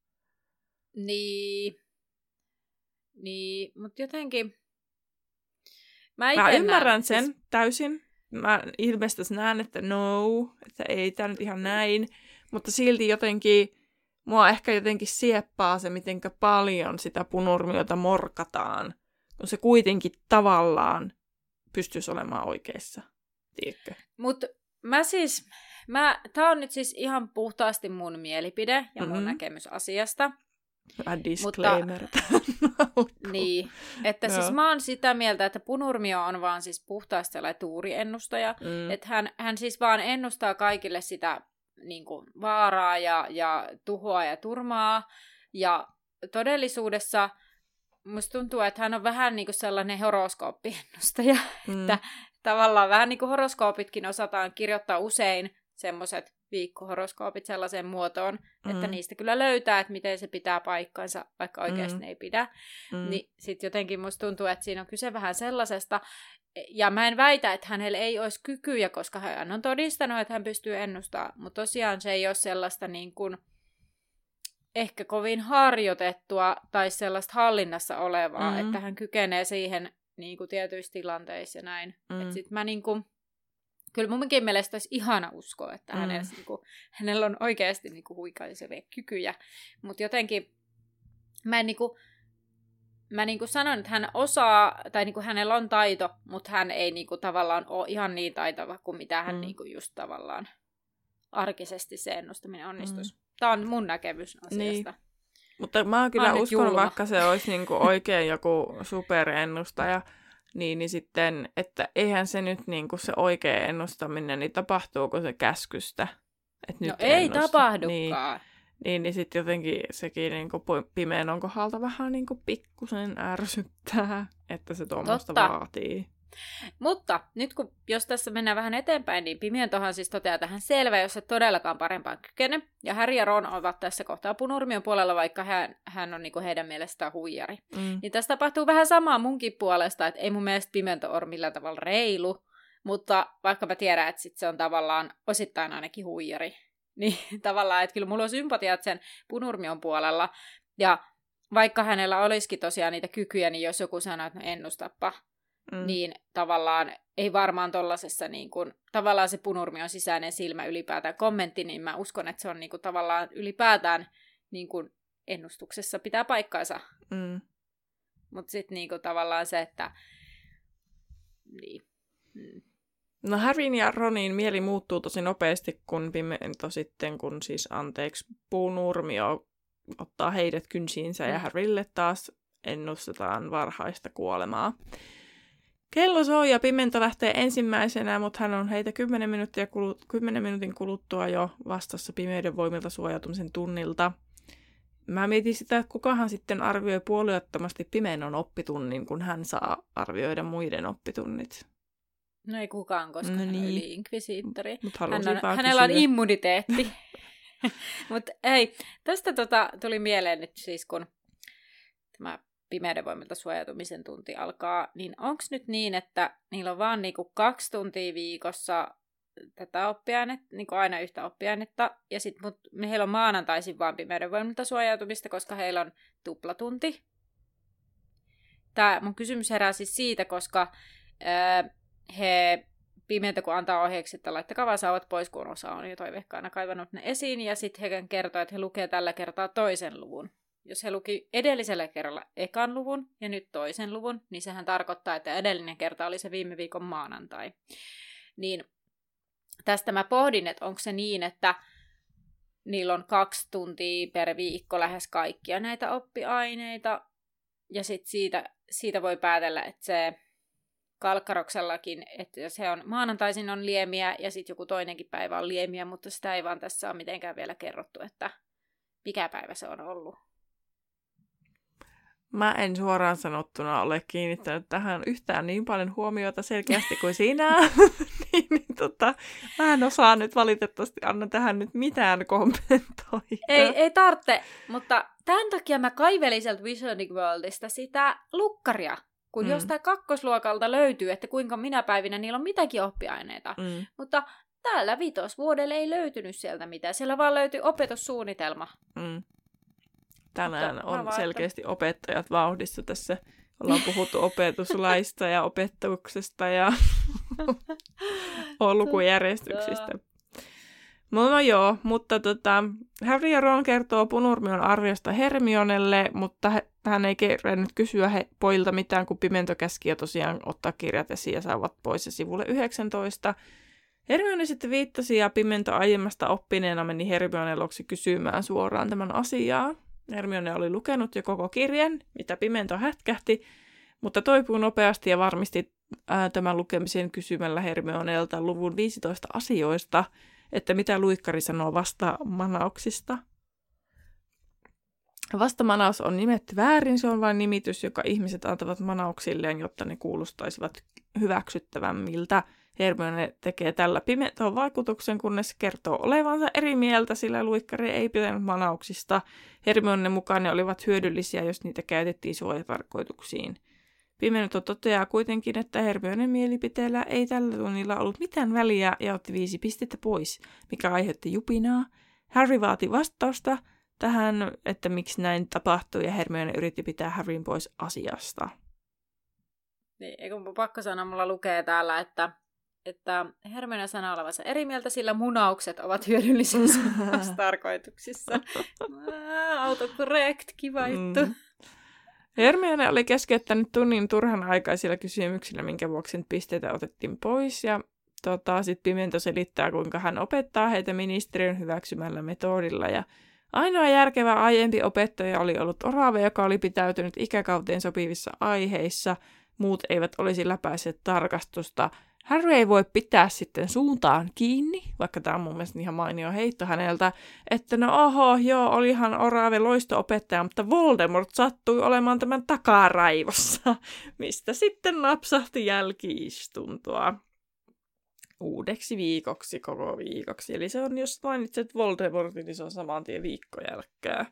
[SPEAKER 1] Niin, mutta jotenkin...
[SPEAKER 2] Mä ymmärrän sen täysin. Mä ilmeisesti näen, että että ei tämä nyt ihan näin. Mutta silti jotenkin, mua ehkä jotenkin sieppaa se, miten paljon sitä punurmiota morkataan. Kun se kuitenkin tavallaan pystyisi olemaan oikeassa. Tiedätkö?
[SPEAKER 1] Mutta tää on nyt siis ihan puhtaasti mun mielipide ja mun näkemys asiasta.
[SPEAKER 2] Disclaimer.
[SPEAKER 1] Niin, että siis mä oon sitä mieltä, että punurmio on vaan siis puhtaasti sellainen tuuriennustaja. Että hän siis vaan ennustaa kaikille sitä niin kuin vaaraa ja tuhoa ja turmaa. Ja todellisuudessa musta tuntuu, että hän on vähän niin kuin sellainen horoskooppiennustaja. Että tavallaan vähän niin kuin horoskoopitkin osataan kirjoittaa usein semmoiset viikkohoroskoopit sellaiseen muotoon, että niistä kyllä löytää, että miten se pitää paikkansa, vaikka oikeasti ne ei pidä. Niin sitten jotenkin musta tuntuu, että siinä on kyse vähän sellaisesta, ja mä en väitä, että hänellä ei olisi kykyjä, koska hän on todistanut, että hän pystyy ennustamaan, mutta tosiaan se ei ole sellaista niin kuin ehkä kovin harjoitettua tai sellaista hallinnassa olevaa, että hän kykenee siihen niin kuin tietyissä tilanteissa ja näin. Että sit mä niin kuin kyllä munkin mielestä olisi ihana uskoa, että hänellä on oikeasti huikaisevia kykyjä. Mutta jotenkin mä sanon, että hän osaa, tai hänellä on taito, mutta hän ei tavallaan ole ihan niin taitava kuin mitä hän just tavallaan arkisesti se ennustaminen onnistuisi. Tämä on mun näkemys asiasta. Niin.
[SPEAKER 2] Mutta mä kyllä uskon, vaikka se olisi oikein joku superennustaja, niin sitten, että eihän se nyt se oikea ennustaminen, niin tapahtuuko se käskystä? Et nyt
[SPEAKER 1] ei tapahdukaan.
[SPEAKER 2] Niin sitten jotenkin sekin pimeän kohdalta vähän pikkusen ärsyttää, että se tuommoista vaatii.
[SPEAKER 1] Mutta nyt jos tässä mennään vähän eteenpäin, niin Pimientohan siis toteaa tähän selvä, jos et todellakaan parempaan kykene. Ja Harry ja Ron ovat tässä kohtaa punurmion puolella, vaikka hän on heidän mielestään huijari. Niin tässä tapahtuu vähän samaa munkin puolesta, että ei mun mielestä Pimiento ole millään tavalla reilu, mutta vaikka mä tiedän, että sit se on tavallaan osittain ainakin huijari, niin tavallaan, että kyllä mulla on sympatiat sen punurmion puolella. Ja vaikka hänellä olisikin tosiaan niitä kykyjä, niin jos joku sanoo, että no ennustappa, niin tavallaan ei varmaan tollasessa tavallaan se punurmion sisäinen silmä ylipäätään kommentti, niin mä uskon, että se on tavallaan ylipäätään ennustuksessa pitää paikkaansa. Mutta sitten tavallaan se, että niin.
[SPEAKER 2] No Harryn ja Ronin mieli muuttuu tosi nopeasti, kun punurmio ottaa heidät kynsiinsä ja Harrylle taas ennustetaan varhaista kuolemaa. Kello soi ja Pimento lähtee ensimmäisenä, mutta hän on heitä 10 minuutin kuluttua jo vastassa pimeyden voimilta suojautumisen tunnilta. Mä mietin sitä, että kukahan sitten arvioi puolueettomasti Pimennon oppitunnin, kun hän saa arvioida muiden oppitunnit.
[SPEAKER 1] No ei kukaan, koska hän on yli-inkvisiittori.
[SPEAKER 2] Hänellä
[SPEAKER 1] on immuniteetti. Mutta ei, tästä tuli mieleen nyt siis, kun tämä pimeyden voimilta suojautumisen tunti alkaa, niin onko nyt niin, että niillä on vaan 2 tuntia viikossa tätä oppiainetta, aina yhtä oppiainetta, ja sitten heillä on maanantaisin vaan pimeyden voimilta suojautumista, koska heillä on tuplatunti. Tämä mun kysymys herää siis siitä, koska Pimento kun antaa ohjeeksi, että laittakaa vaan sauvat pois, kun osa on jo toiveikkaana kaivannut ne esiin, ja sitten he kertoo, että he lukee tällä kertaa toisen luvun. Jos he luki edellisellä kerralla ekan luvun ja nyt toisen luvun, niin sehän tarkoittaa, että edellinen kerta oli se viime viikon maanantai. Niin tästä mä pohdin, että onko se niin, että niillä on 2 tuntia per viikko lähes kaikkia näitä oppiaineita, ja sitten siitä voi päätellä, että se Kalkkaroksellakin, että se on maanantaisin on liemiä ja sitten joku toinenkin päivä on liemiä, mutta sitä ei vaan tässä ole mitenkään vielä kerrottu, että mikä päivä se on ollut.
[SPEAKER 2] Mä en suoraan sanottuna ole kiinnittänyt tähän yhtään niin paljon huomiota selkeästi kuin sinä. Mä en osaa nyt valitettavasti anna tähän nyt mitään kommentoida.
[SPEAKER 1] Ei tarvitse, mutta tämän takia mä kaivelin sieltä Wizarding Worldista sitä lukkaria, kun jostain kakkosluokalta löytyy, että kuinka minä päivinä niillä on mitäkin oppiaineita. Mutta täällä vitosvuodelle ei löytynyt sieltä mitään, siellä vaan löytyi opetussuunnitelma.
[SPEAKER 2] Tänään on selkeästi opettajat vauhdissa tässä. Ollaan puhuttu opetuslaista ja opetuksesta ja lukujärjestyksistä. No joo, mutta Harry ja Ron kertoo Punurmion arviosta Hermionelle, mutta hän ei kerennyt kysyä pojilta mitään, kun Pimento käski ja tosiaan ottaa kirjat esiin ja saavat pois ja sivulle 19. Hermione sitten viittasi ja Pimento aiemmasta oppineena meni Hermionen luokse kysymään suoraan tämän asiaa. Hermione oli lukenut jo koko kirjan, mitä Pimento hätkähti, mutta toipui nopeasti ja varmisti tämän lukemisen kysymällä Hermionelta luvun 15 asioista, että mitä luikkari sanoo vastamanauksista. Vastamanaus on nimetty väärin, se on vain nimitys, joka ihmiset antavat manauksilleen, jotta ne kuulostaisivat hyväksyttävämmiltä. Hermione tekee tällä Pimentoon vaikutuksen, kunnes kertoo olevansa eri mieltä, sillä luikkari ei pitänyt manauksista. Hermionen mukaan ne olivat hyödyllisiä, jos niitä käytettiin suojatarkoituksiin. Pimento toteaa kuitenkin, että Hermionen mielipiteellä ei tällä tunnilla ollut mitään väliä ja otti 5 pistettä pois, mikä aiheutti jupinaa. Harry vaati vastausta tähän, että miksi näin tapahtui, ja Hermione yritti pitää Harryn pois asiasta.
[SPEAKER 1] Niin, eikö mun pakko sanoa, mulla lukee täällä, että Hermione sanoo olevansa eri mieltä, sillä munaukset ovat hyödyllisiä tarkoituksissa. Autocorrect, kiva juttu.
[SPEAKER 2] Hermione oli keskeyttänyt tunnin turhan aikaisilla kysymyksillä, minkä vuoksi pisteitä otettiin pois. Ja sitten Pimento selittää, kuinka hän opettaa heitä ministeriön hyväksymällä metodilla. Ja ainoa järkevä aiempi opettaja oli ollut Orave, joka oli pitäytynyt ikäkauteen sopivissa aiheissa. Muut eivät olisi läpäisseet tarkastusta. Harry ei voi pitää sitten suuntaan kiinni, vaikka tämä on mun mielestä ihan mainio heitto häneltä, että olihan Orave loisto-opettaja, mutta Voldemort sattui olemaan tämän takaraivossa, mistä sitten napsahti jälki-istuntoa uudeksi viikoksi koko viikoksi. Eli se on, jos mainitset Voldemortin, niin se on saman tien viikkojälkkää.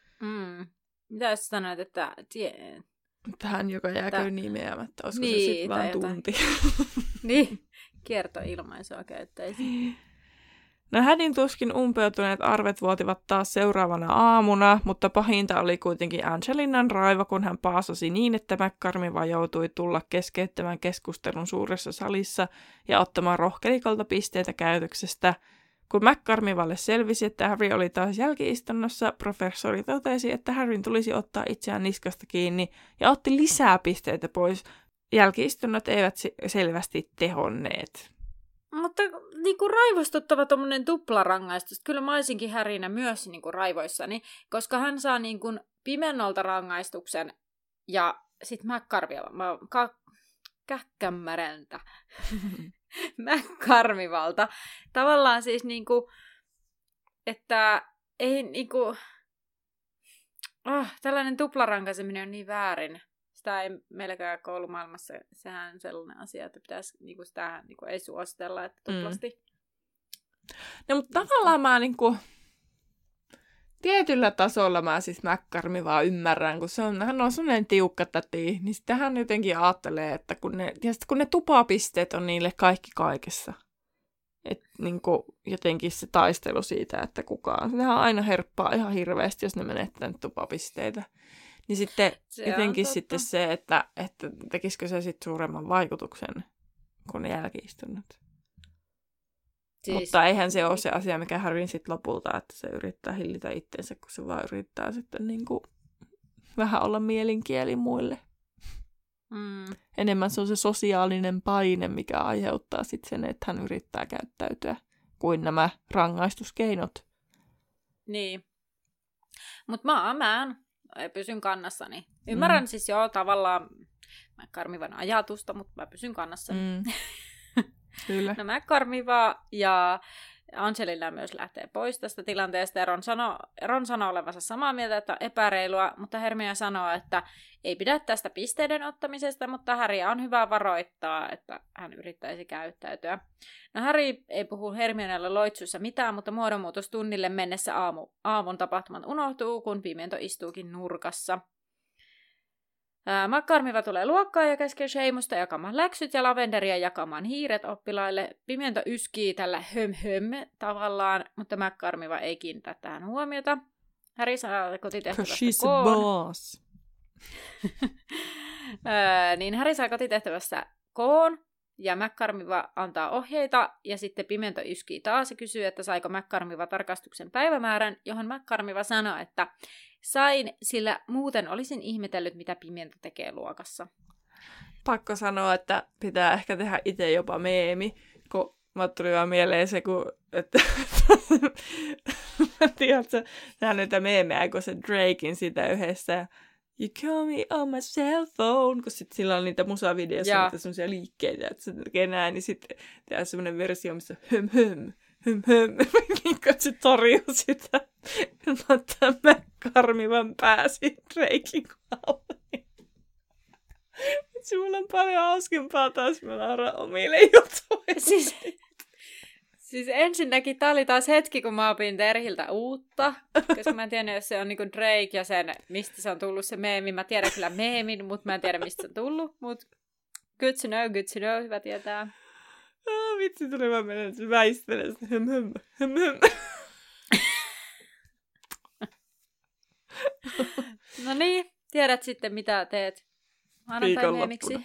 [SPEAKER 1] Mitä sä sanoit, että...
[SPEAKER 2] Tähän, joka jääkö nimeämättä. Olisiko se sitten vaan tunti?
[SPEAKER 1] Niin, kiertoilmaisua käyttäisi.
[SPEAKER 2] No hädin tuskin umpeutuneet arvet vuotivat taas seuraavana aamuna, mutta pahinta oli kuitenkin Angelinan raivo, kun hän paasasi niin, että McCormiva joutui tulla keskeyttämään keskustelun suuressa salissa ja ottamaan rohkelikolta pisteitä käytöksestä. Kun McCormivalle selvisi, että Harry oli taas jälki-istunnossa, professori totesi, että Harryn tulisi ottaa itseään niskasta kiinni ja otti lisää pisteitä pois. Jälki-istunnot eivät selvästi tehonneet.
[SPEAKER 1] Mutta niinku raivostuttava tommonen tuplarangaistus. Kyllä mä olisinkin Harrynä myös niinku raivoissani, koska hän saa niinku Pimenolta rangaistuksen ja sit Käkkämäreltä. McCormivalta. Tavallaan siis niinku, että ei niinku... tällainen tuplarankaiseminen on niin väärin. Sitä ei meilläkään koulumaailmassa, sehän on sellainen asia, että pitäisi, niinku, sitä niinku, ei suositella, että tuplasti.
[SPEAKER 2] No, mutta tavallaan mä niinku... Tietyllä tasolla mä siis McCormivaa ymmärrän, kun hän on sellainen tiukka täti, niin sitten hän jotenkin ajattelee, että kun ne tupapisteet on niille kaikki kaikessa. Että niinku jotenkin se taistelu siitä, että nehän aina herppaa ihan hirveästi, jos ne menettää tupapisteitä. Niin sitten se jotenkin sitten se, että tekisikö se sitten suuremman vaikutuksen kuin ne jälki-istunnot. Siis, mutta eihän se ole se asia, mikä Harryn sitten lopulta, että se yrittää hillitä itseensä, kun se vaan yrittää sitten niinku vähän olla mielinkieli muille. Enemmän se on se sosiaalinen paine, mikä aiheuttaa sitten sen, että hän yrittää käyttäytyä kuin nämä rangaistuskeinot.
[SPEAKER 1] Niin. Mutta mä pysyn kannassani. Ymmärrän siis jo tavallaan McCormivan ajatusta, mutta mä pysyn kannassani.
[SPEAKER 2] Kyllä.
[SPEAKER 1] No McCormiva ja Angelina myös lähtee pois tästä tilanteesta ja Ron sanoo olevansa samaa mieltä, että on epäreilua, mutta Hermione sanoo, että ei pidä tästä pisteiden ottamisesta, mutta Harrya on hyvä varoittaa, että hän yrittäisi käyttäytyä. No Harry ei puhu Hermionelle loitsussa mitään, mutta muodonmuutos tunnille mennessä aamun tapahtumat unohtuu, kun Pimento istuukin nurkassa. McCormiva tulee luokkaan ja käskee Seamusta jakamaan läksyt ja Lavenderia jakamaan hiiret oppilaille. Pimento yskii tällä tavallaan, mutta McCormiva ei kiinnitä tähän huomiota. Harry saa kotitehtävästä koon. Niin Harry saa kotitehtävästä koon ja McCormiva antaa ohjeita ja sitten Pimento yskii taas ja kysyy, että saiko McCormiva tarkastuksen päivämäärän, johon McCormiva sanoo, että sain, sillä muuten olisin ihmetellyt, mitä Pimento tekee luokassa.
[SPEAKER 2] Pakko sanoa, että pitää ehkä tehdä itse jopa meemi, kun mä tuli vaan mieleen se, että tiedätkö, nämä näitä meemejä, kun se Drakein sitä yhdessä, you call me on my cell phone, kun sitten sillä on niitä musavideossa, niitä semmoisia liikkeitä, että se tekee näin, niin sitten tehdään semmoinen versio, missä höm, kun se torjuu sitä, että McCormivan pääsi Drakein kuvalle. Se mulla on paljon hauskempaa taas, mä nauran omille jutuille.
[SPEAKER 1] Siis ensinnäkin tää oli taas hetki, kun mä opin Terhiltä uutta, koska mä en tiedä, jos se on niinku Drake ja sen, mistä se on tullut se meemi. Mä tiedän kyllä meemin, mutta mä en tiedä, mistä se on tullut. Mut good to know, hyvä tietää.
[SPEAKER 2] Vitsi, tuli vaan mennä, että väistelee sitä höm.
[SPEAKER 1] No niin, tiedät sitten, mitä teet maanantai-meemiksi.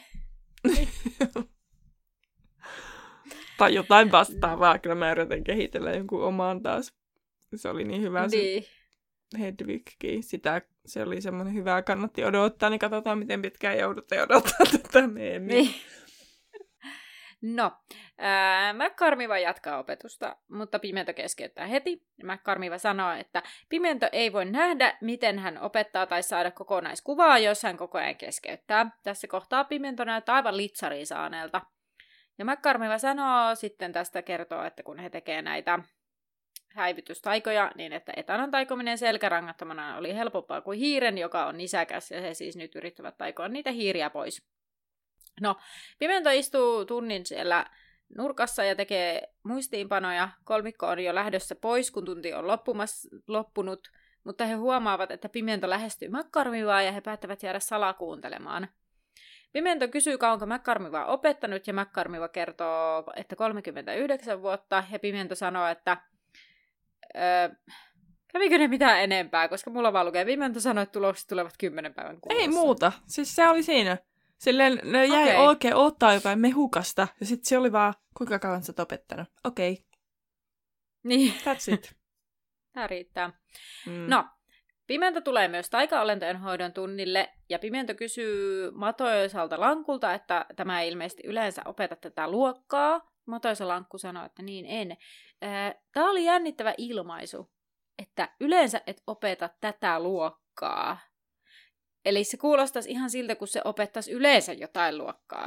[SPEAKER 2] Tai jotain vastaavaa, kyllä mä yritän kehitellä jonkun omaan taas. Se oli niin hyvä
[SPEAKER 1] niin.
[SPEAKER 2] Se Hedwigkin. Se oli semmoinen hyvä, kannatti odottaa, niin katsotaan, miten pitkään joudutte odottaa tätä meemiä.
[SPEAKER 1] Niin. No, McCormiva jatkaa opetusta, mutta Pimento keskeyttää heti. McCormiva sanoo, että Pimento ei voi nähdä, miten hän opettaa tai saada kokonaiskuvaa, jos hän koko ajan keskeyttää. Tässä kohtaa Pimento näyttää aivan litsaria saaneelta. Ja McCormiva sanoo sitten tästä kertoo, että kun he tekevät näitä häivytystaikoja, niin että etanan taikominen selkärangattomana oli helpompaa kuin hiiren, joka on nisäkäs, ja he siis nyt yrittävät taikoa niitä hiiriä pois. No, Pimento istuu tunnin siellä nurkassa ja tekee muistiinpanoja. Kolmikko on jo lähdössä pois, kun tunti on loppunut, mutta he huomaavat, että Pimento lähestyy McCormivaa ja he päättävät jäädä salakuuntelemaan. Pimento kysyy, kauanko McCormiva on opettanut, ja McCormiva kertoo, että 39 vuotta, ja Pimento sanoo, että kävikö ne mitään enempää, koska mulla vaan lukee, Pimento sanoi, että tulokset tulevat 10 päivän kuluessa.
[SPEAKER 2] Ei muuta, siis se oli siinä. Silleen ne jäi oikein ottaa jotain mehukasta, ja sitten se oli vaan, kuinka kauan sä oot opettanut. Okei.
[SPEAKER 1] Niin.
[SPEAKER 2] That's it.
[SPEAKER 1] Tää riittää. No, Pimento tulee myös taikaolentojen hoidon tunnille, ja Pimento kysyy Matoisalta Lankulta, että tämä ei ilmeisesti yleensä opeta tätä luokkaa. Matoisa Lankku sanoo, että niin en. Tämä oli jännittävä ilmaisu, että yleensä et opeta tätä luokkaa. Eli se kuulostaisi ihan siltä, kun se opettaisi yleensä jotain luokkaa.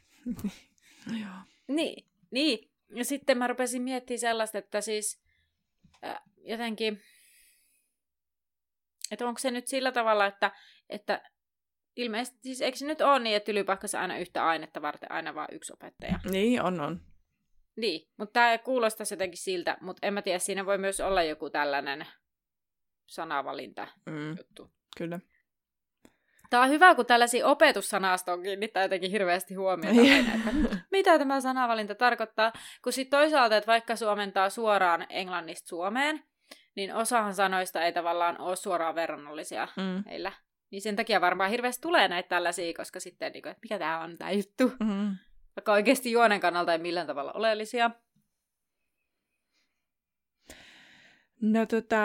[SPEAKER 1] Niin. Ja sitten mä rupesin miettimään sellaista, että siis jotenkin, että onko se nyt sillä tavalla, että ilmeisesti, siis eikö se nyt ole niin, että Tylypahkassa aina yhtä ainetta varten aina vaan yksi opettaja?
[SPEAKER 2] Niin, on.
[SPEAKER 1] Niin, mutta tämä kuulostaisi jotenkin siltä, mutta en mä tiedä, siinä voi myös olla joku tällainen sanavalinta juttu.
[SPEAKER 2] Kyllä.
[SPEAKER 1] Tämä on hyvä, kun tällaisia opetussanastoon kiinnittää jotenkin hirveästi huomiota aina, että mitä tämä sanavalinta tarkoittaa. Kun sitten toisaalta, että vaikka suomentaa suoraan englannista suomeen, niin osahan sanoista ei tavallaan ole suoraan verrannollisia meillä. Niin sen takia varmaan hirveästi tulee näitä tällaisia, koska sitten, että mikä tämä on tämä juttu. Vaikka oikeasti juonen kannalta ei millään tavalla oleellisia.
[SPEAKER 2] No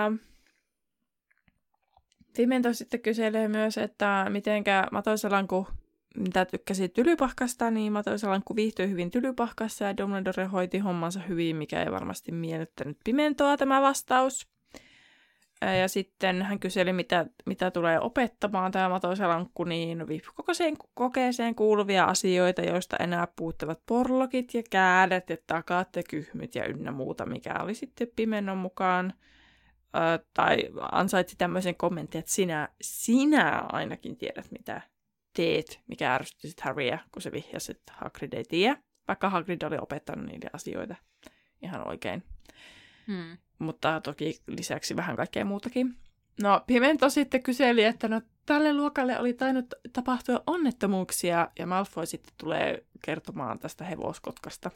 [SPEAKER 2] Pimento sitten kyselee myös, että mitenkä Matoisa-Lankku, mitä tykkäsi Tylypahkasta, niin Matoisa-Lankku viihtyi hyvin Tylypahkassa ja Dumbledore hoiti hommansa hyvin, mikä ei varmasti miellyttänyt Pimentoa tämä vastaus. Ja sitten hän kyseli, mitä tulee opettamaan tämä matosalankku, niin VIP-kokeeseen kuuluvia asioita, joista enää puuttuvat porlokit ja käädet ja takat ja kyhmyt ja ynnä muuta, mikä oli sitten pimennon mukaan. Tai ansaitsi tämmöisen kommentin, että sinä ainakin tiedät, mitä teet, mikä ärsytti sitten Harryä, kun se vihjasi, että Hagrid ei tiedä, vaikka Hagrid oli opettanut niitä asioita ihan oikein. Mutta toki lisäksi vähän kaikkea muutakin. No, Pimento sitten kyseli, että no tälle luokalle oli tainnut tapahtua onnettomuuksia, ja Malfoy sitten tulee kertomaan tästä hevoskotkasta.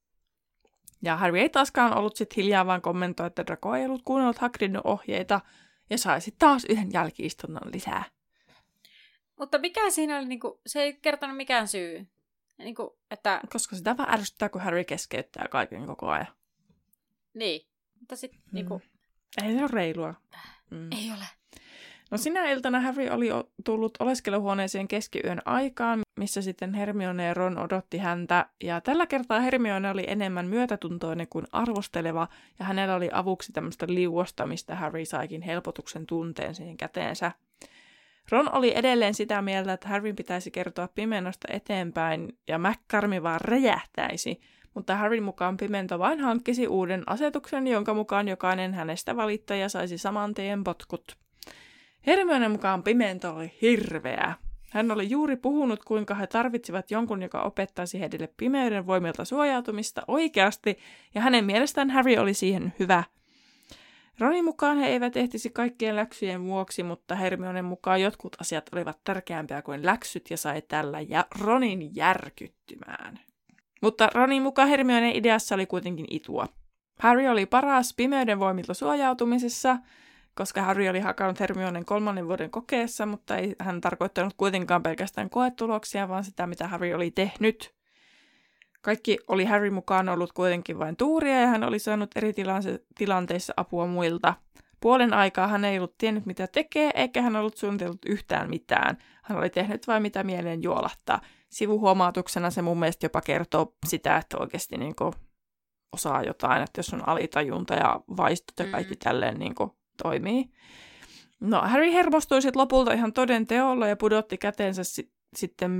[SPEAKER 2] Ja Harry ei taaskaan ollut sitten hiljaa, vaan kommentoi, että Draco ei ollut kuunnellut Hagridin ohjeita, ja sai sitten taas yhden jälki-istunnon lisää.
[SPEAKER 1] Mutta mikä siinä oli, niinku, se ei kertonut mikään syy. Niinku, että...
[SPEAKER 2] Koska sitä vaan ärsyttää, kun Harry keskeyttää kaiken koko ajan.
[SPEAKER 1] Niin, mutta sitten niinku...
[SPEAKER 2] Ei se ole reilua.
[SPEAKER 1] Ei ole.
[SPEAKER 2] No sinä iltana Harry oli tullut oleskeluhuoneeseen keskiyön aikaan, missä sitten Hermione ja Ron odotti häntä. Ja tällä kertaa Hermione oli enemmän myötätuntoinen kuin arvosteleva, ja hänellä oli avuksi tämmöistä liuosta, mistä Harry saikin helpotuksen tunteen siihen käteensä. Ron oli edelleen sitä mieltä, että Harryn pitäisi kertoa Pimennosta eteenpäin, ja McCormi vaan räjähtäisi, mutta Harryn mukaan Pimento vain hankkisi uuden asetuksen, jonka mukaan jokainen hänestä valittaja saisi saman tien potkut. Hermionen mukaan Pimento oli hirveä. Hän oli juuri puhunut, kuinka he tarvitsivat jonkun, joka opettaisi heille pimeyden voimilta suojautumista oikeasti, ja hänen mielestään Harry oli siihen hyvä. Ronin mukaan he eivät ehtisi kaikkien läksyjen vuoksi, mutta Hermionen mukaan jotkut asiat olivat tärkeämpiä kuin läksyt ja sai tällä Ronin järkyttymään. Mutta Ronin mukaan Hermionen ideassa oli kuitenkin itua. Harry oli paras pimeyden voimilta suojautumisessa, koska Harry oli hakannut Hermionen 3. vuoden kokeessa, mutta ei hän tarkoittanut kuitenkaan pelkästään koetuloksia, vaan sitä, mitä Harry oli tehnyt. Kaikki oli Harry mukaan ollut kuitenkin vain tuuria, ja hän oli saanut eri tilanteissa apua muilta. Puolen aikaa hän ei ollut tiennyt, mitä tekee, eikä hän ollut suunnitellut yhtään mitään. Hän oli tehnyt vain mitä mieleen juolahtaa. Sivuhuomautuksena se mun mielestä jopa kertoo sitä, että oikeasti niinku osaa jotain, että jos on alitajunta ja vaistot ja kaikki tälleen niinku toimii. No, Harry hermostui sitten lopulta ihan toden teolla ja pudotti käteensä sitten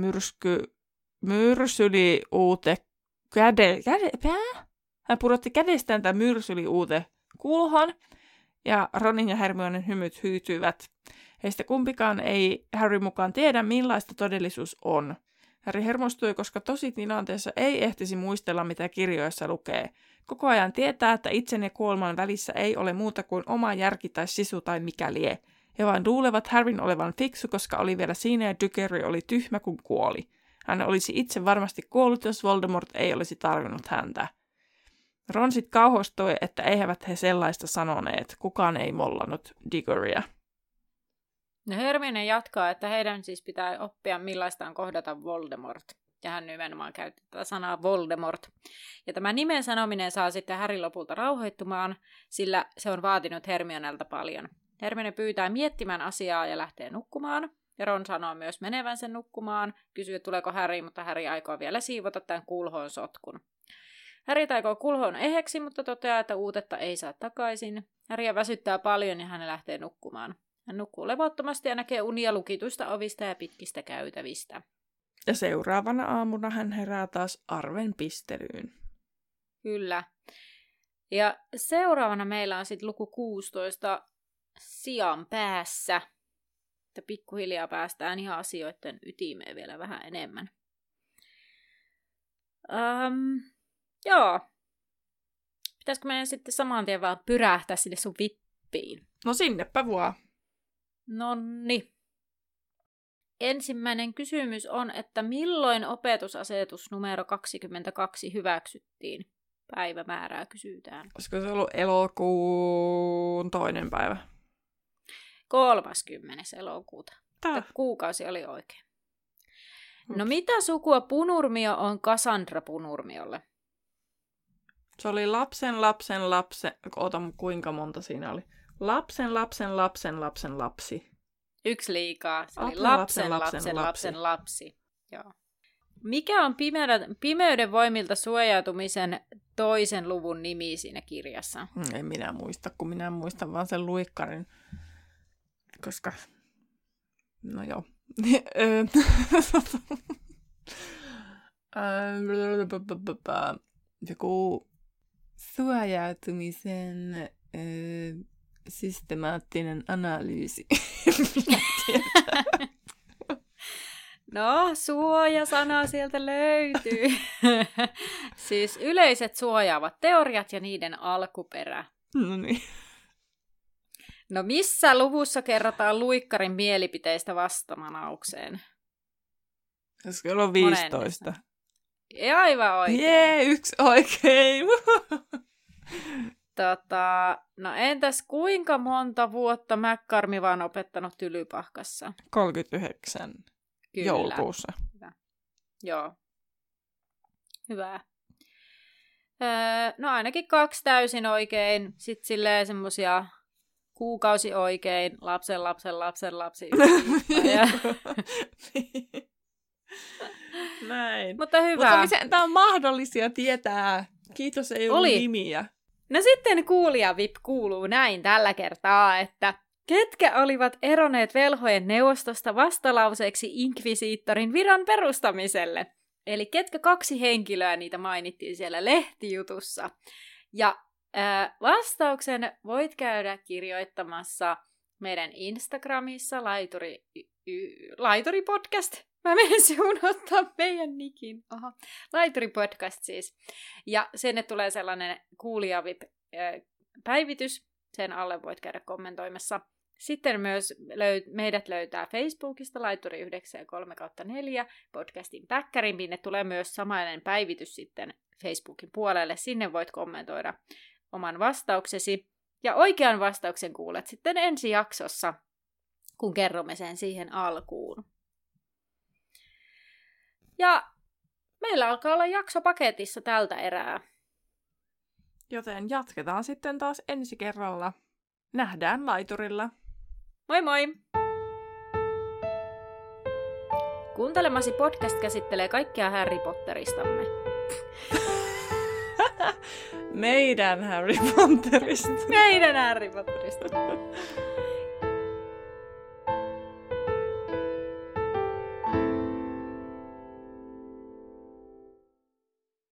[SPEAKER 2] hän pudotti kädestään tämän myrsyliuute kulhon, ja Ronin ja Hermionen hymyt hyytyivät. Heistä kumpikaan ei Harry mukaan tiedä, millaista todellisuus on. Harry hermostui, koska tositilanteessa ei ehtisi muistella, mitä kirjoissa lukee. Koko ajan tietää, että itsen ja kuoleman välissä ei ole muuta kuin oma järki tai sisu tai mikä lie. He vain luulevat Harryn olevan fiksu, koska oli vielä siinä ja Diggory oli tyhmä, kun kuoli. Hän olisi itse varmasti kuollut, jos Voldemort ei olisi tarvinnut häntä. Ron sit kauhostui, että eivät he sellaista sanoneet. Kukaan ei mollannut Diggorya.
[SPEAKER 1] No Hermione jatkaa, että heidän siis pitää oppia millaista on kohdata Voldemort. Ja hän nimenomaan käytti tätä sanaa Voldemort. Ja tämä nimen sanominen saa sitten Harry lopulta rauhoittumaan, sillä se on vaatinut Hermionelta paljon. Hermione pyytää miettimään asiaa ja lähtee nukkumaan. Ja Ron sanoo myös menevänsä nukkumaan, kysyy, tuleeko Harry, mutta Harry aikoo vielä siivota tämän kulhoon sotkun. Harry taikoo kulhoon eheksi, mutta toteaa, että uutetta ei saa takaisin. Harrya väsyttää paljon ja hän lähtee nukkumaan. Hän nukkuu levottomasti ja näkee unia lukituista ovista ja pitkistä käytävistä.
[SPEAKER 2] Ja seuraavana aamuna hän herää taas arven pistelyyn.
[SPEAKER 1] Kyllä. Ja seuraavana meillä on sitten luku 16 sian päässä. Että pikkuhiljaa päästään ihan asioiden ytimeen vielä vähän enemmän. Joo. Pitäisikö meidän sitten saman tien vaan pyrähtää sinne sun vippiin?
[SPEAKER 2] No sinnepä vaan.
[SPEAKER 1] Nonni. Ensimmäinen kysymys on, että milloin opetusasetus numero 22 hyväksyttiin? Päivämäärää kysytään.
[SPEAKER 2] Olisiko se ollut elokuun 2. päivä?
[SPEAKER 1] 30. elokuuta. Kuukausi oli oikein. No mitä sukua Punurmio on Cassandra Punurmiolle?
[SPEAKER 2] Se oli lapsen. Oota, kuinka monta siinä oli? Lapsen lapsi.
[SPEAKER 1] Yksi liikaa. Se oli lapsen lapsi. Joo. Mikä on pimeyden voimilta suojautumisen toisen luvun nimi siinä kirjassa?
[SPEAKER 2] En minä muista, kun minä muistan vaan sen luikkarin. Koska... No joo. Joku suojautumisen systemaattinen analyysi.
[SPEAKER 1] No, suojasana sieltä löytyy. Siis yleiset suojaavat teoriat ja niiden alkuperä.
[SPEAKER 2] No niin.
[SPEAKER 1] No missä luvussa kerrotaan luikkarin mielipiteistä vastamanaukseen?
[SPEAKER 2] Jos kello on 15.
[SPEAKER 1] Aivan oikein.
[SPEAKER 2] Jee, yksi oikein.
[SPEAKER 1] No entäs kuinka monta vuotta McCormick on opettanut Tylypahkassa?
[SPEAKER 2] 39.
[SPEAKER 1] Kyllä.
[SPEAKER 2] Joulukuussa.
[SPEAKER 1] Hyvä. Joo. Hyvä. No ainakin 2 täysin oikein. Sitten silleen semmosia kuukausi oikein, lapsen lapsi.
[SPEAKER 2] Näin.
[SPEAKER 1] Mutta hyvä.
[SPEAKER 2] Mutta miten tämä on mahdollisia tietää? Kiitos, ei ollut nimiä.
[SPEAKER 1] No sitten kuulija VIP kuuluu näin tällä kertaa, että ketkä olivat eronneet velhojen neuvostosta vastalauseeksi inkvisiittorin viran perustamiselle? Eli ketkä 2 henkilöä niitä mainittiin siellä lehtijutussa. Ja vastauksen voit käydä kirjoittamassa meidän Instagramissa Laituri Podcast. Mä menisin unohtaa meidän nikin. Aha. Laituri Podcast siis. Ja sinne tulee sellainen kuulijavip-päivitys. Sen alle voit käydä kommentoimassa. Sitten myös meidät löytää Facebookista Laituri 93/4 podcastin päkkärin, minne tulee myös samainen päivitys sitten Facebookin puolelle. Sinne voit kommentoida oman vastauksesi. Ja oikean vastauksen kuulet sitten ensi jaksossa, kun kerromme sen siihen alkuun. Ja meillä alkaa olla jakso paketissa tältä erää.
[SPEAKER 2] Joten jatketaan sitten taas ensi kerralla. Nähdään laiturilla.
[SPEAKER 1] Moi moi! Kuuntelemasi podcast käsittelee kaikkea Harry Potteristamme.
[SPEAKER 2] Meidän Harry Potterista.
[SPEAKER 1] Meidän Harry Potterista.